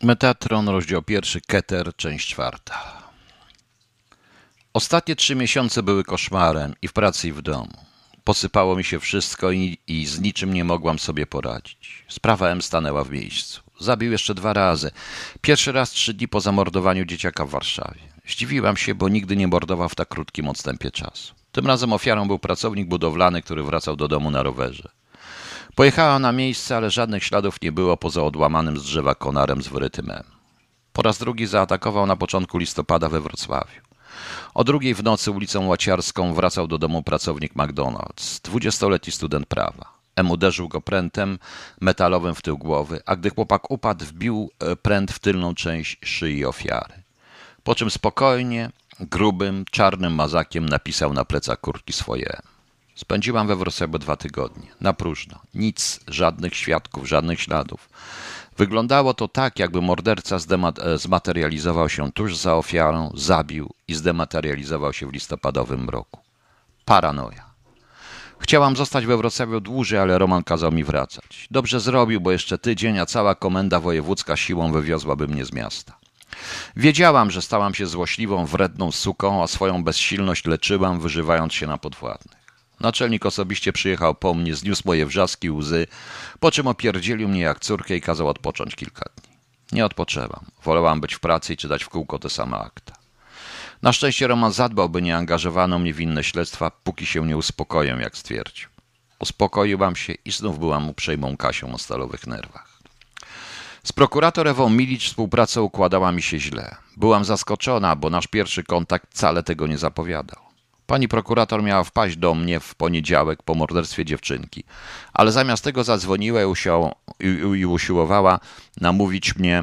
Metatron, rozdział pierwszy, Keter, część czwarta. Ostatnie trzy miesiące były koszmarem i w pracy, i w domu. Posypało mi się wszystko i, i z niczym nie mogłam sobie poradzić. Sprawa M stanęła w miejscu. Zabił jeszcze dwa razy. Pierwszy raz trzy dni po zamordowaniu dzieciaka w Warszawie. Zdziwiłam się, bo nigdy nie mordował w tak krótkim odstępie czasu. Tym razem ofiarą był pracownik budowlany, który wracał do domu na rowerze. Pojechałam na miejsce, ale żadnych śladów nie było poza odłamanym z drzewa konarem z wyrytym M. Po raz drugi zaatakował na początku listopada we Wrocławiu. O drugiej w nocy ulicą Łaciarską wracał do domu pracownik McDonald's, dwudziestoletni student prawa. M uderzył go prętem metalowym w tył głowy, a gdy chłopak upadł, wbił pręt w tylną część szyi ofiary. Po czym spokojnie, grubym, czarnym mazakiem napisał na plecach kurtki swoje M. Spędziłam we Wrocławiu dwa tygodnie. Na próżno. Nic, żadnych świadków, żadnych śladów. Wyglądało to tak, jakby morderca zmaterializował się tuż za ofiarą, zabił i zdematerializował się w listopadowym mroku. Paranoja. Chciałam zostać we Wrocławiu dłużej, ale Roman kazał mi wracać. Dobrze zrobił, bo jeszcze tydzień, a cała komenda wojewódzka siłą wywiozłaby mnie z miasta. Wiedziałam, że stałam się złośliwą, wredną suką, a swoją bezsilność leczyłam, wyżywając się na podwładnych. Naczelnik osobiście przyjechał po mnie, zniósł moje wrzaski i łzy, po czym opierdzielił mnie jak córkę i kazał odpocząć kilka dni. Nie odpoczęłam. Wolałam być w pracy i czytać w kółko te same akta. Na szczęście Roman zadbał, by nie angażowano mnie w inne śledztwa, póki się nie uspokoję, jak stwierdził. Uspokoiłam się i znów byłam uprzejmą Kasią o stalowych nerwach. Z prokurator Ewą Milicz współpraca układała mi się źle. Byłam zaskoczona, bo nasz pierwszy kontakt wcale tego nie zapowiadał. Pani prokurator miała wpaść do mnie w poniedziałek po morderstwie dziewczynki, ale zamiast tego zadzwoniła i, usił, i, i usiłowała namówić mnie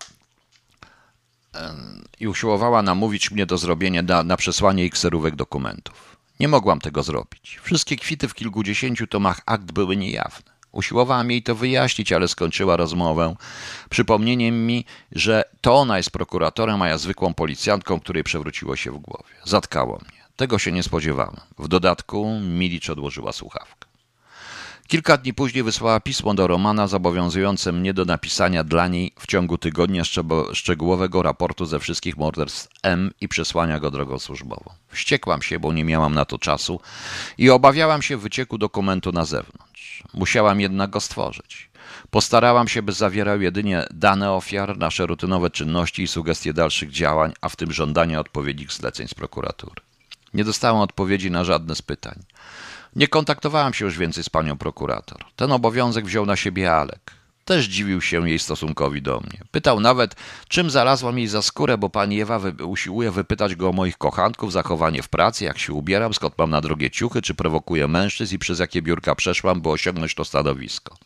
i usiłowała namówić mnie do zrobienia na, na przesłanie ich kserówek dokumentów. Nie mogłam tego zrobić. Wszystkie kwity w kilkudziesięciu tomach akt były niejawne. Usiłowałam jej to wyjaśnić, ale skończyła rozmowę przypomnieniem mi, że to ona jest prokuratorem, a ja zwykłą policjantką, której przewróciło się w głowie. Zatkało mnie. Tego się nie spodziewałam. W dodatku Milicz odłożyła słuchawkę. Kilka dni później wysłała pismo do Romana zobowiązujące mnie do napisania dla niej w ciągu tygodnia szczegółowego raportu ze wszystkich morderstw M i przesłania go drogą służbową. Wściekłam się, bo nie miałam na to czasu i obawiałam się wycieku dokumentu na zewnątrz. Musiałam jednak go stworzyć. Postarałam się, by zawierał jedynie dane ofiar, nasze rutynowe czynności i sugestie dalszych działań, a w tym żądania odpowiednich zleceń z prokuratury. Nie dostałam odpowiedzi na żadne z pytań. Nie kontaktowałam się już więcej z panią prokurator. Ten obowiązek wziął na siebie Alek. Też dziwił się jej stosunkowi do mnie. Pytał nawet, czym znalazłam jej za skórę, bo pani Ewa wy- usiłuje wypytać go o moich kochanków, zachowanie w pracy, jak się ubieram, skąd mam na drogie ciuchy, czy prowokuję mężczyzn i przez jakie biurka przeszłam, by osiągnąć to stanowisko.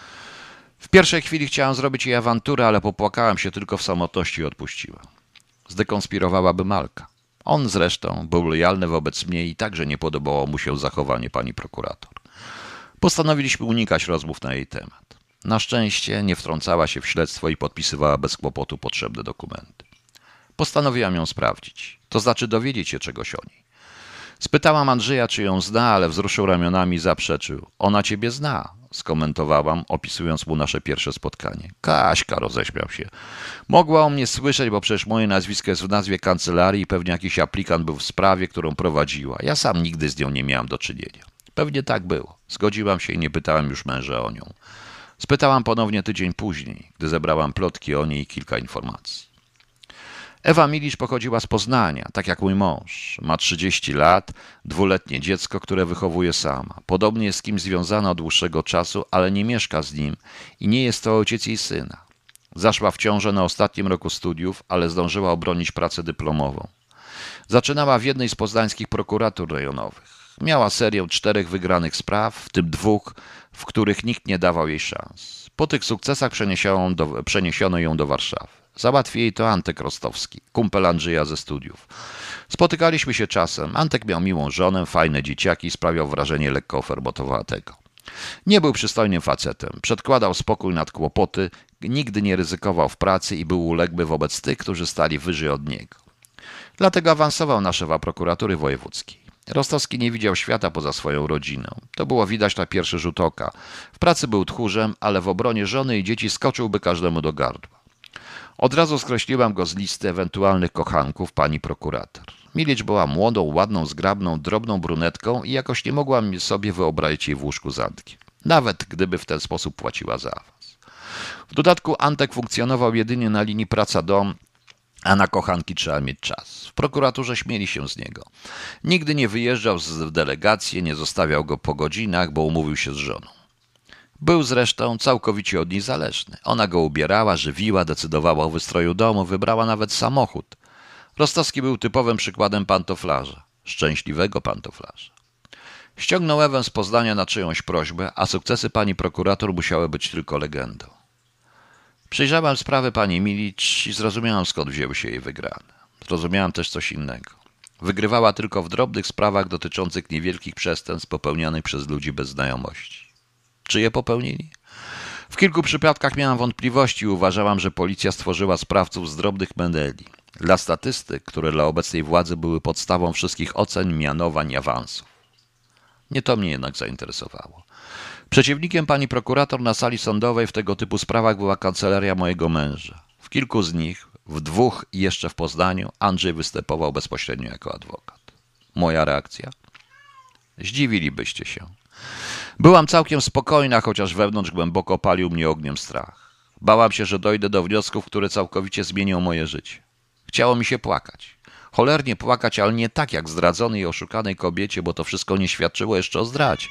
W pierwszej chwili chciałam zrobić jej awanturę, ale popłakałam się tylko w samotności i odpuściłam. Zdekonspirowałaby Malka. On zresztą był lojalny wobec mnie i także nie podobało mu się zachowanie pani prokurator. Postanowiliśmy unikać rozmów na jej temat. Na szczęście nie wtrącała się w śledztwo i podpisywała bez kłopotu potrzebne dokumenty. Postanowiłam ją sprawdzić, to znaczy dowiedzieć się czegoś o niej. Spytałam Andrzeja, czy ją zna, ale wzruszył ramionami i zaprzeczył. Ona ciebie zna, skomentowałam, opisując mu nasze pierwsze spotkanie. Kaśka, roześmiał się. Mogła o mnie słyszeć, bo przecież moje nazwisko jest w nazwie kancelarii i pewnie jakiś aplikant był w sprawie, którą prowadziła. Ja sam nigdy z nią nie miałam do czynienia. Pewnie tak było. Zgodziłam się i nie pytałam już męża o nią. Spytałam ponownie tydzień później, gdy zebrałam plotki o niej i kilka informacji. Ewa Milicz pochodziła z Poznania, tak jak mój mąż. Ma trzydzieści lat, dwuletnie dziecko, które wychowuje sama. Podobnie jest z kim związana od dłuższego czasu, ale nie mieszka z nim i nie jest to ojciec jej syna. Zaszła w ciążę na ostatnim roku studiów, ale zdążyła obronić pracę dyplomową. Zaczynała w jednej z poznańskich prokuratur rejonowych. Miała serię czterech wygranych spraw, w tym dwóch, w których nikt nie dawał jej szans. Po tych sukcesach przeniesiono, do, przeniesiono ją do Warszawy. Załatwił jej to Antek Rostowski, kumpel Andrzeja ze studiów. Spotykaliśmy się czasem. Antek miał miłą żonę, fajne dzieciaki i sprawiał wrażenie lekko ofermotowatego. Nie był przystojnym facetem. Przedkładał spokój nad kłopoty, nigdy nie ryzykował w pracy i był uległy wobec tych, którzy stali wyżej od niego. Dlatego awansował na szefa prokuratury wojewódzkiej. Rostowski nie widział świata poza swoją rodziną. To było widać na pierwszy rzut oka. W pracy był tchórzem, ale w obronie żony i dzieci skoczyłby każdemu do gardła. Od razu skreśliłam go z listy ewentualnych kochanków pani prokurator. Milić była młodą, ładną, zgrabną, drobną brunetką i jakoś nie mogłam sobie wyobrazić jej w łóżku z Antkiem. Nawet gdyby w ten sposób płaciła za awans. W dodatku Antek funkcjonował jedynie na linii praca-dom, a na kochanki trzeba mieć czas. W prokuraturze śmieli się z niego. Nigdy nie wyjeżdżał w delegację, nie zostawiał go po godzinach, bo umówił się z żoną. Był zresztą całkowicie od niej zależny. Ona go ubierała, żywiła, decydowała o wystroju domu, wybrała nawet samochód. Rostowski był typowym przykładem pantoflarza. Szczęśliwego pantoflarza. Ściągnął Ewę z Poznania na czyjąś prośbę, a sukcesy pani prokurator musiały być tylko legendą. Przyjrzałem sprawy pani Milić i zrozumiałem, skąd wzięły się jej wygrane. Zrozumiałem też coś innego. Wygrywała tylko w drobnych sprawach dotyczących niewielkich przestępstw popełnianych przez ludzi bez znajomości. Czy je popełnili? W kilku przypadkach miałem wątpliwości i uważałam, że policja stworzyła sprawców z drobnych meneli. Dla statystyk, które dla obecnej władzy były podstawą wszystkich ocen, mianowań i awansów. Nie to mnie jednak zainteresowało. Przeciwnikiem pani prokurator na sali sądowej w tego typu sprawach była kancelaria mojego męża. W kilku z nich, w dwóch i jeszcze w Poznaniu, Andrzej występował bezpośrednio jako adwokat. Moja reakcja? Zdziwilibyście się. Byłam całkiem spokojna, chociaż wewnątrz głęboko palił mnie ogniem strach. Bałam się, że dojdę do wniosków, które całkowicie zmienią moje życie. Chciało mi się płakać. Cholernie płakać, ale nie tak jak zdradzonej i oszukanej kobiecie, bo to wszystko nie świadczyło jeszcze o zdradzie.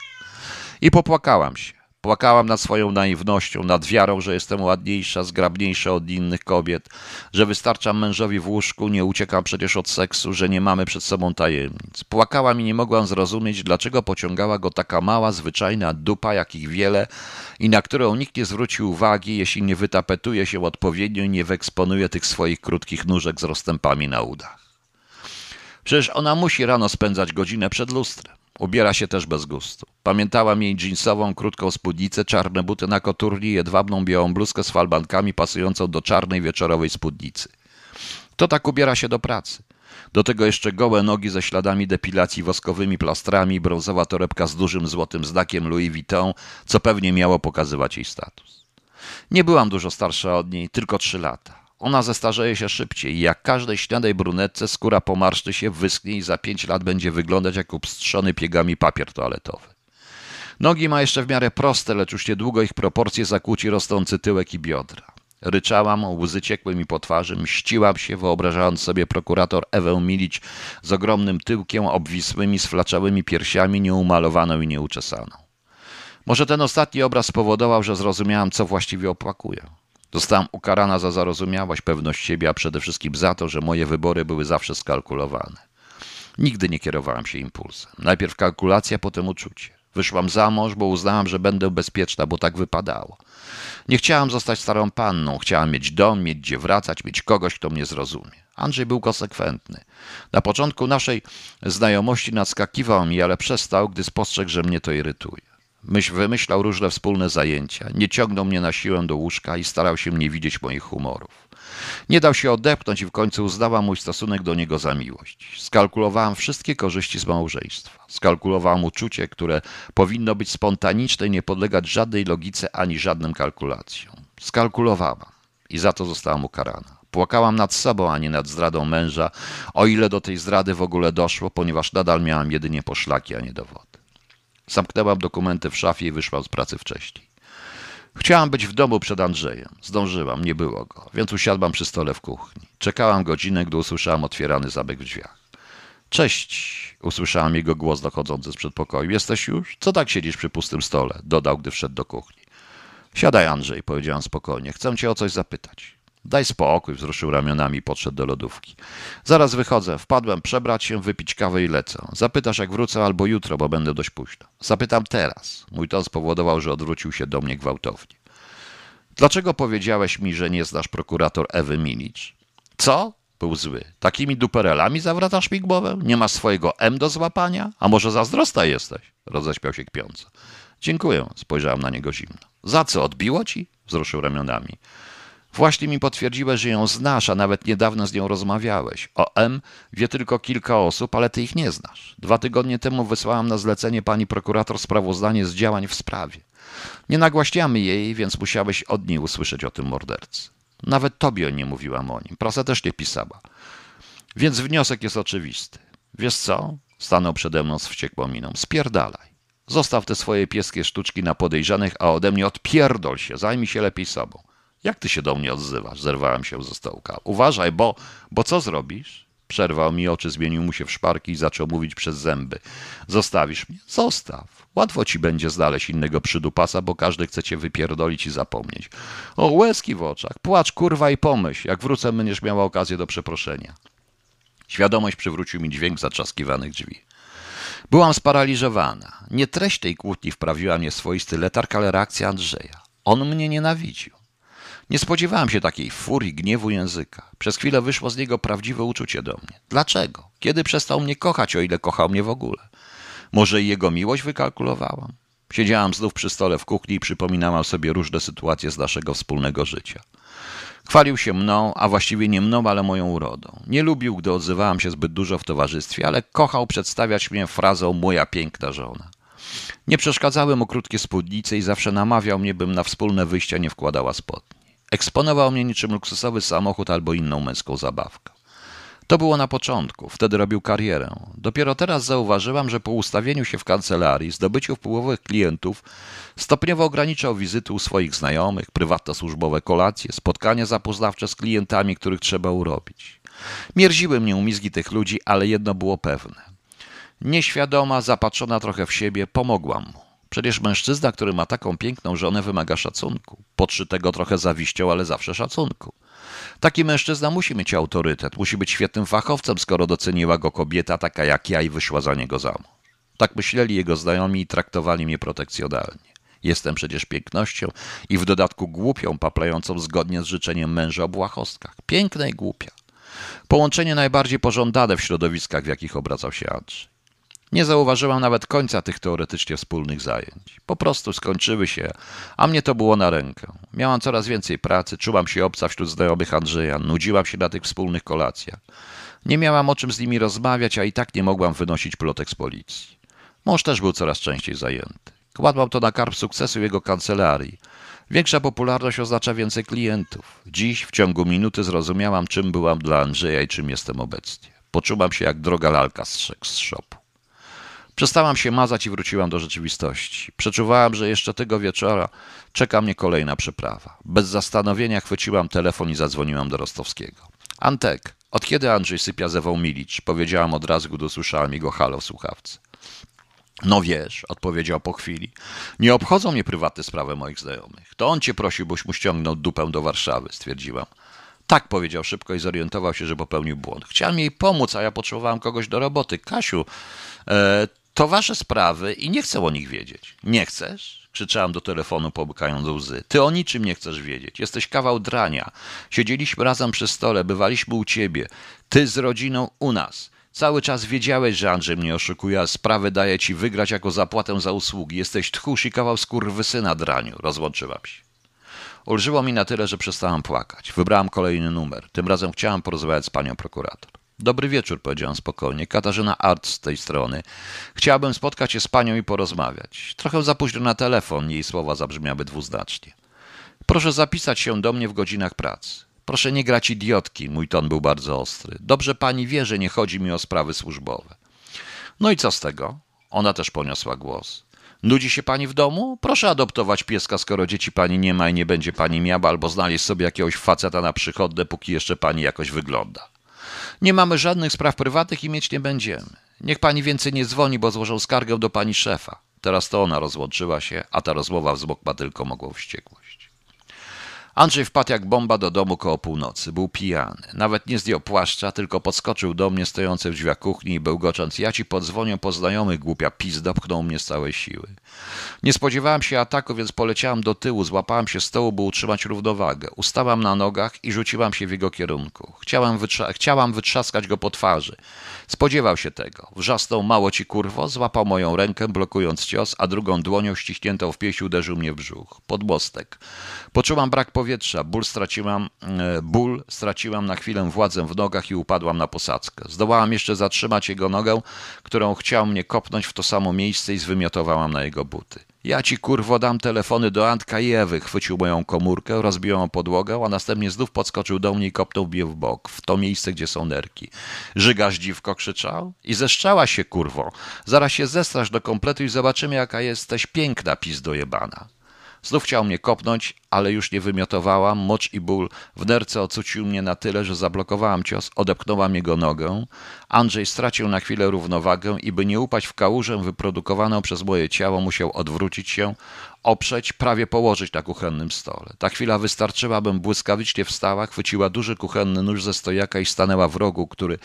I popłakałam się. Płakałam nad swoją naiwnością, nad wiarą, że jestem ładniejsza, zgrabniejsza od innych kobiet, że wystarczam mężowi w łóżku, nie uciekam przecież od seksu, że nie mamy przed sobą tajemnic. Płakałam i nie mogłam zrozumieć, dlaczego pociągała go taka mała, zwyczajna dupa, jakich wiele i na którą nikt nie zwróci uwagi, jeśli nie wytapetuje się odpowiednio i nie wyeksponuje tych swoich krótkich nóżek z rozstępami na udach. Przecież ona musi rano spędzać godzinę przed lustrem. Ubiera się też bez gustu. Pamiętałam jej dżinsową, krótką spódnicę, czarne buty na koturni i jedwabną białą bluzkę z falbankami pasującą do czarnej wieczorowej spódnicy. To tak ubiera się do pracy. Do tego jeszcze gołe nogi ze śladami depilacji woskowymi plastrami, brązowa torebka z dużym złotym znakiem Louis Vuitton, co pewnie miało pokazywać jej status. Nie byłam dużo starsza od niej, tylko trzy lata. Ona zestarzeje się szybciej i jak każdej śniadej brunetce skóra pomarszczy się, wyschnie i za pięć lat będzie wyglądać jak upstrzony piegami papier toaletowy. Nogi ma jeszcze w miarę proste, lecz już niedługo ich proporcje zakłóci rosnący tyłek i biodra. Ryczałam, łzy ciekły mi po twarzy, mściłam się, wyobrażając sobie prokurator Ewę Milić z ogromnym tyłkiem, obwisłymi, sflaczałymi piersiami, nieumalowaną i nieuczesaną. Może ten ostatni obraz spowodował, że zrozumiałam, co właściwie opłakuję. Zostałam ukarana za zarozumiałość, pewność siebie, a przede wszystkim za to, że moje wybory były zawsze skalkulowane. Nigdy nie kierowałam się impulsem. Najpierw kalkulacja, potem uczucie. Wyszłam za mąż, bo uznałam, że będę bezpieczna, bo tak wypadało. Nie chciałam zostać starą panną. Chciałam mieć dom, mieć gdzie wracać, mieć kogoś, kto mnie zrozumie. Andrzej był konsekwentny. Na początku naszej znajomości nadskakiwał mi, ale przestał, gdy spostrzegł, że mnie to irytuje. Myś wymyślał różne wspólne zajęcia, nie ciągnął mnie na siłę do łóżka i starał się nie widzieć moich humorów. Nie dał się odepchnąć i w końcu uznałam mój stosunek do niego za miłość. Skalkulowałam wszystkie korzyści z małżeństwa. Skalkulowałam uczucie, które powinno być spontaniczne i nie podlegać żadnej logice ani żadnym kalkulacjom. Skalkulowałam i za to zostałam ukarana. Płakałam nad sobą, a nie nad zdradą męża, o ile do tej zdrady w ogóle doszło, ponieważ nadal miałam jedynie poszlaki, a nie dowody. Zamknęłam dokumenty w szafie i wyszłam z pracy wcześniej. Chciałam być w domu przed Andrzejem. Zdążyłam, nie było go, więc usiadłam przy stole w kuchni. Czekałam godzinę, gdy usłyszałam otwierany zamek w drzwiach. Cześć, usłyszałam jego głos dochodzący z przedpokoju. Jesteś już? Co tak siedzisz przy pustym stole? Dodał, gdy wszedł do kuchni. Siadaj, Andrzej, powiedziałam spokojnie. Chcę cię o coś zapytać. Daj spokój, wzruszył ramionami i podszedł do lodówki. Zaraz wychodzę. Wpadłem przebrać się, wypić kawę i lecę. Zapytasz, jak wrócę, albo jutro, bo będę dość późno. Zapytam teraz. Mój ton spowodował, że odwrócił się do mnie gwałtownie. Dlaczego powiedziałeś mi, że nie znasz prokurator Ewy Milić? Co? Był zły. Takimi duperelami zawracasz mi głowę? Nie masz swojego M do złapania? A może zazdrosna jesteś? Roześmiał się kpiąco. Dziękuję, spojrzałem na niego zimno. Za co, odbiło ci? Wzruszył ramionami. Właśnie mi potwierdziłeś, że ją znasz, a nawet niedawno z nią rozmawiałeś. O M wie tylko kilka osób, ale ty ich nie znasz. Dwa tygodnie temu wysłałam na zlecenie pani prokurator sprawozdanie z działań w sprawie. Nie nagłaśniamy jej, więc musiałeś od niej usłyszeć o tym mordercy. Nawet tobie nie mówiłam o nim. Prasa też nie pisała. Więc wniosek jest oczywisty. Wiesz co? Stanął przede mną z wściekłą miną. Spierdalaj. Zostaw te swoje pieskie sztuczki na podejrzanych, a ode mnie odpierdol się. Zajmij się lepiej sobą. Jak ty się do mnie odzywasz? Zerwałem się ze stołka. Uważaj, bo... Bo co zrobisz? Przerwał mi oczy, zmienił mu się w szparki i zaczął mówić przez zęby. Zostawisz mnie? Zostaw. Łatwo ci będzie znaleźć innego przydupasa, bo każdy chce cię wypierdolić i zapomnieć. O, łezki w oczach. Płacz, kurwa, i pomyśl. Jak wrócę, będziesz miała okazję do przeproszenia. Świadomość przywrócił mi dźwięk zatrzaskiwanych drzwi. Byłam sparaliżowana. Nie treść tej kłótni wprawiła mnie w swoisty letarg, ale reakcja Andrzeja. On mnie nienawidził. Nie spodziewałam się takiej furii, gniewu języka. Przez chwilę wyszło z niego prawdziwe uczucie do mnie. Dlaczego? Kiedy przestał mnie kochać, o ile kochał mnie w ogóle? Może i jego miłość wykalkulowałam? Siedziałam znów przy stole w kuchni i przypominałam sobie różne sytuacje z naszego wspólnego życia. Chwalił się mną, a właściwie nie mną, ale moją urodą. Nie lubił, gdy odzywałam się zbyt dużo w towarzystwie, ale kochał przedstawiać mnie frazą moja piękna żona. Nie przeszkadzały mu krótkie spódnice i zawsze namawiał mnie, bym na wspólne wyjścia nie wkładała spodni. Eksponował mnie niczym luksusowy samochód albo inną męską zabawkę. To było na początku, wtedy robił karierę. Dopiero teraz zauważyłam, że po ustawieniu się w kancelarii, zdobyciu wpływowych klientów, stopniowo ograniczał wizyty u swoich znajomych, prywatno-służbowe kolacje, spotkania zapoznawcze z klientami, których trzeba urobić. Mierziły mnie umizgi tych ludzi, ale jedno było pewne. Nieświadoma, zapatrzona trochę w siebie, pomogłam mu. Przecież mężczyzna, który ma taką piękną żonę, wymaga szacunku. Podszytego trochę zawiścią, ale zawsze szacunku. Taki mężczyzna musi mieć autorytet, musi być świetnym fachowcem, skoro doceniła go kobieta taka jak ja i wyszła za niego za mąż. Tak myśleli jego znajomi i traktowali mnie protekcjonalnie. Jestem przecież pięknością i w dodatku głupią, paplającą zgodnie z życzeniem męża o błahostkach. Piękna i głupia. Połączenie najbardziej pożądane w środowiskach, w jakich obracał się Andrzej. Nie zauważyłam nawet końca tych teoretycznie wspólnych zajęć. Po prostu skończyły się, a mnie to było na rękę. Miałam coraz więcej pracy, czułam się obca wśród znajomych Andrzeja, nudziłam się na tych wspólnych kolacjach. Nie miałam o czym z nimi rozmawiać, a i tak nie mogłam wynosić plotek z policji. Mąż też był coraz częściej zajęty. Kładłam to na karb sukcesu jego kancelarii. Większa popularność oznacza więcej klientów. Dziś w ciągu minuty zrozumiałam, czym byłam dla Andrzeja i czym jestem obecnie. Poczułam się jak droga lalka z szopu. Przestałam się mazać i wróciłam do rzeczywistości. Przeczuwałam, że jeszcze tego wieczora czeka mnie kolejna przeprawa. Bez zastanowienia chwyciłam telefon i zadzwoniłam do Rostowskiego. Antek, od kiedy Andrzej sypia z Ewą Milicz? Powiedziałam od razu, gdy usłyszałam jego halo w słuchawce. No wiesz, odpowiedział po chwili. Nie obchodzą mnie prywatne sprawy moich znajomych. To on cię prosił, byś mu ściągnął dupę do Warszawy, stwierdziłam. Tak, powiedział szybko i zorientował się, że popełnił błąd. Chciałem jej pomóc, a ja potrzebowałam kogoś do roboty. Kasiu, e, to wasze sprawy i nie chcę o nich wiedzieć. Nie chcesz? Krzyczałam do telefonu, połykając łzy. Ty o niczym nie chcesz wiedzieć. Jesteś kawał drania. Siedzieliśmy razem przy stole, bywaliśmy u ciebie. Ty z rodziną u nas. Cały czas wiedziałeś, że Andrzej mnie oszukuje, a sprawę daje ci wygrać jako zapłatę za usługi. Jesteś tchórz i kawał skurwysyna, draniu. Rozłączyłam się. Ulżyło mi na tyle, że przestałam płakać. Wybrałam kolejny numer. Tym razem chciałam porozmawiać z panią prokurator. Dobry wieczór, powiedziałam spokojnie. Katarzyna Art z tej strony. Chciałabym spotkać się z panią i porozmawiać. Trochę za późno na telefon, jej słowa zabrzmiały dwuznacznie. Proszę zapisać się do mnie w godzinach pracy. Proszę nie grać idiotki, mój ton był bardzo ostry. Dobrze pani wie, że nie chodzi mi o sprawy służbowe. No i co z tego? Ona też poniosła głos. Nudzi się pani w domu? Proszę adoptować pieska, skoro dzieci pani nie ma i nie będzie pani miała, albo znaleźć sobie jakiegoś faceta na przychodne, póki jeszcze pani jakoś wygląda. Nie mamy żadnych spraw prywatnych i mieć nie będziemy. Niech pani więcej nie dzwoni, bo złożą skargę do pani szefa. Teraz to ona rozłączyła się, a ta rozmowa wzmokła tylko mogłą wściekłość. Andrzej wpadł jak bomba do domu koło północy. Był pijany. Nawet nie zdjął płaszcza, tylko podskoczył do mnie stojący w drzwiach kuchni i bełgocząc: ja ci podzwonię po znajomych, głupia pizda, pchnął mnie z całej siły. Nie spodziewałam się ataku, więc poleciałam do tyłu, złapałam się stołu, by utrzymać równowagę. Ustałam na nogach i rzuciłam się w jego kierunku. Chciałam, wytrza- chciałam wytrzaskać go po twarzy. Spodziewał się tego. Wrzasnął: mało ci kurwo, złapał moją rękę, blokując cios, a drugą dłonią ściśniętą w piersi uderzył mnie w brzuch. Podmostek. Poczułam brak powietrza, ból straciłam, e, ból straciłam na chwilę władzę w nogach i upadłam na posadzkę. Zdołałam jeszcze zatrzymać jego nogę, którą chciał mnie kopnąć w to samo miejsce i zwymiotowałam na jego buty. Ja ci kurwo dam telefony do Antka i Ewy. Chwycił moją komórkę, rozbił ją o podłogę, a następnie znów podskoczył do mnie i kopnął mnie w bok, w to miejsce, gdzie są nerki. Żygasz, dziwko, krzyczał. I zeszczała się, kurwo. Zaraz się zestrasz do kompletu i zobaczymy, jaka jesteś piękna, pizdo jebana. Znów chciał mnie kopnąć, ale już nie wymiotowałam. Mocz i ból w nerce ocucił mnie na tyle, że zablokowałam cios, odepchnęłam jego nogę. Andrzej stracił na chwilę równowagę i by nie upaść w kałużę wyprodukowaną przez moje ciało, musiał odwrócić się, oprzeć, prawie położyć na kuchennym stole. Ta chwila wystarczyła, bym błyskawicznie wstała, chwyciła duży kuchenny nóż ze stojaka i stanęła w rogu, który,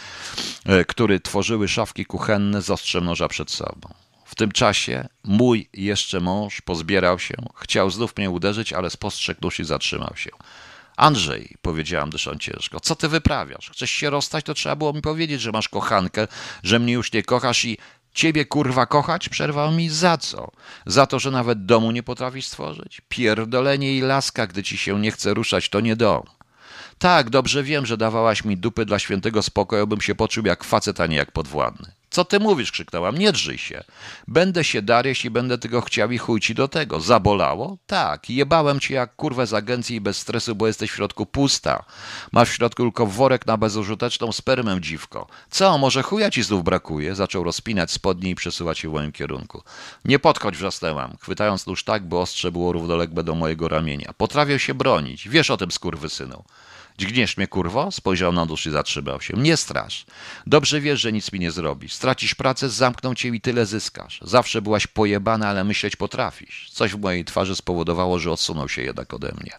który tworzyły szafki kuchenne z ostrzem noża przed sobą. W tym czasie mój jeszcze mąż pozbierał się, chciał znów mnie uderzyć, ale spostrzegł nóż i zatrzymał się. Andrzej, powiedziałam dysząc ciężko, co ty wyprawiasz? Chcesz się rozstać, to trzeba było mi powiedzieć, że masz kochankę, że mnie już nie kochasz i ciebie kurwa kochać? Przerwał mi za co? Za to, że nawet domu nie potrafisz stworzyć? Pierdolenie i laska, gdy ci się nie chce ruszać, to nie dom. Tak, dobrze wiem, że dawałaś mi dupy dla świętego spokoju, bym się poczuł jak facet, a nie jak podwładny. Co ty mówisz? Krzyknęłam. Nie drżyj się. Będę się dar, jeśli będę tego chciał i chuj ci do tego. Zabolało? Tak. Jebałem cię jak kurwę z agencji i bez stresu, bo jesteś w środku pusta. Masz w środku tylko worek na bezużyteczną spermę, dziwko. Co, może chuja ci znów brakuje? Zaczął rozpinać spodnie i przesuwać się w moim kierunku. Nie podchodź, wrzasnęłam, chwytając nóż tak, by ostrze było równoległe do mojego ramienia. Potrafię się bronić. Wiesz o tym, skurwysynu. Dźgniesz mnie, kurwo? Spojrzał na nóż i zatrzymał się. Nie strasz. Dobrze wiesz, że nic mi nie zrobisz. Stracisz pracę, zamkną cię i tyle zyskasz. Zawsze byłaś pojebana, ale myśleć potrafisz. Coś w mojej twarzy spowodowało, że odsunął się jednak ode mnie.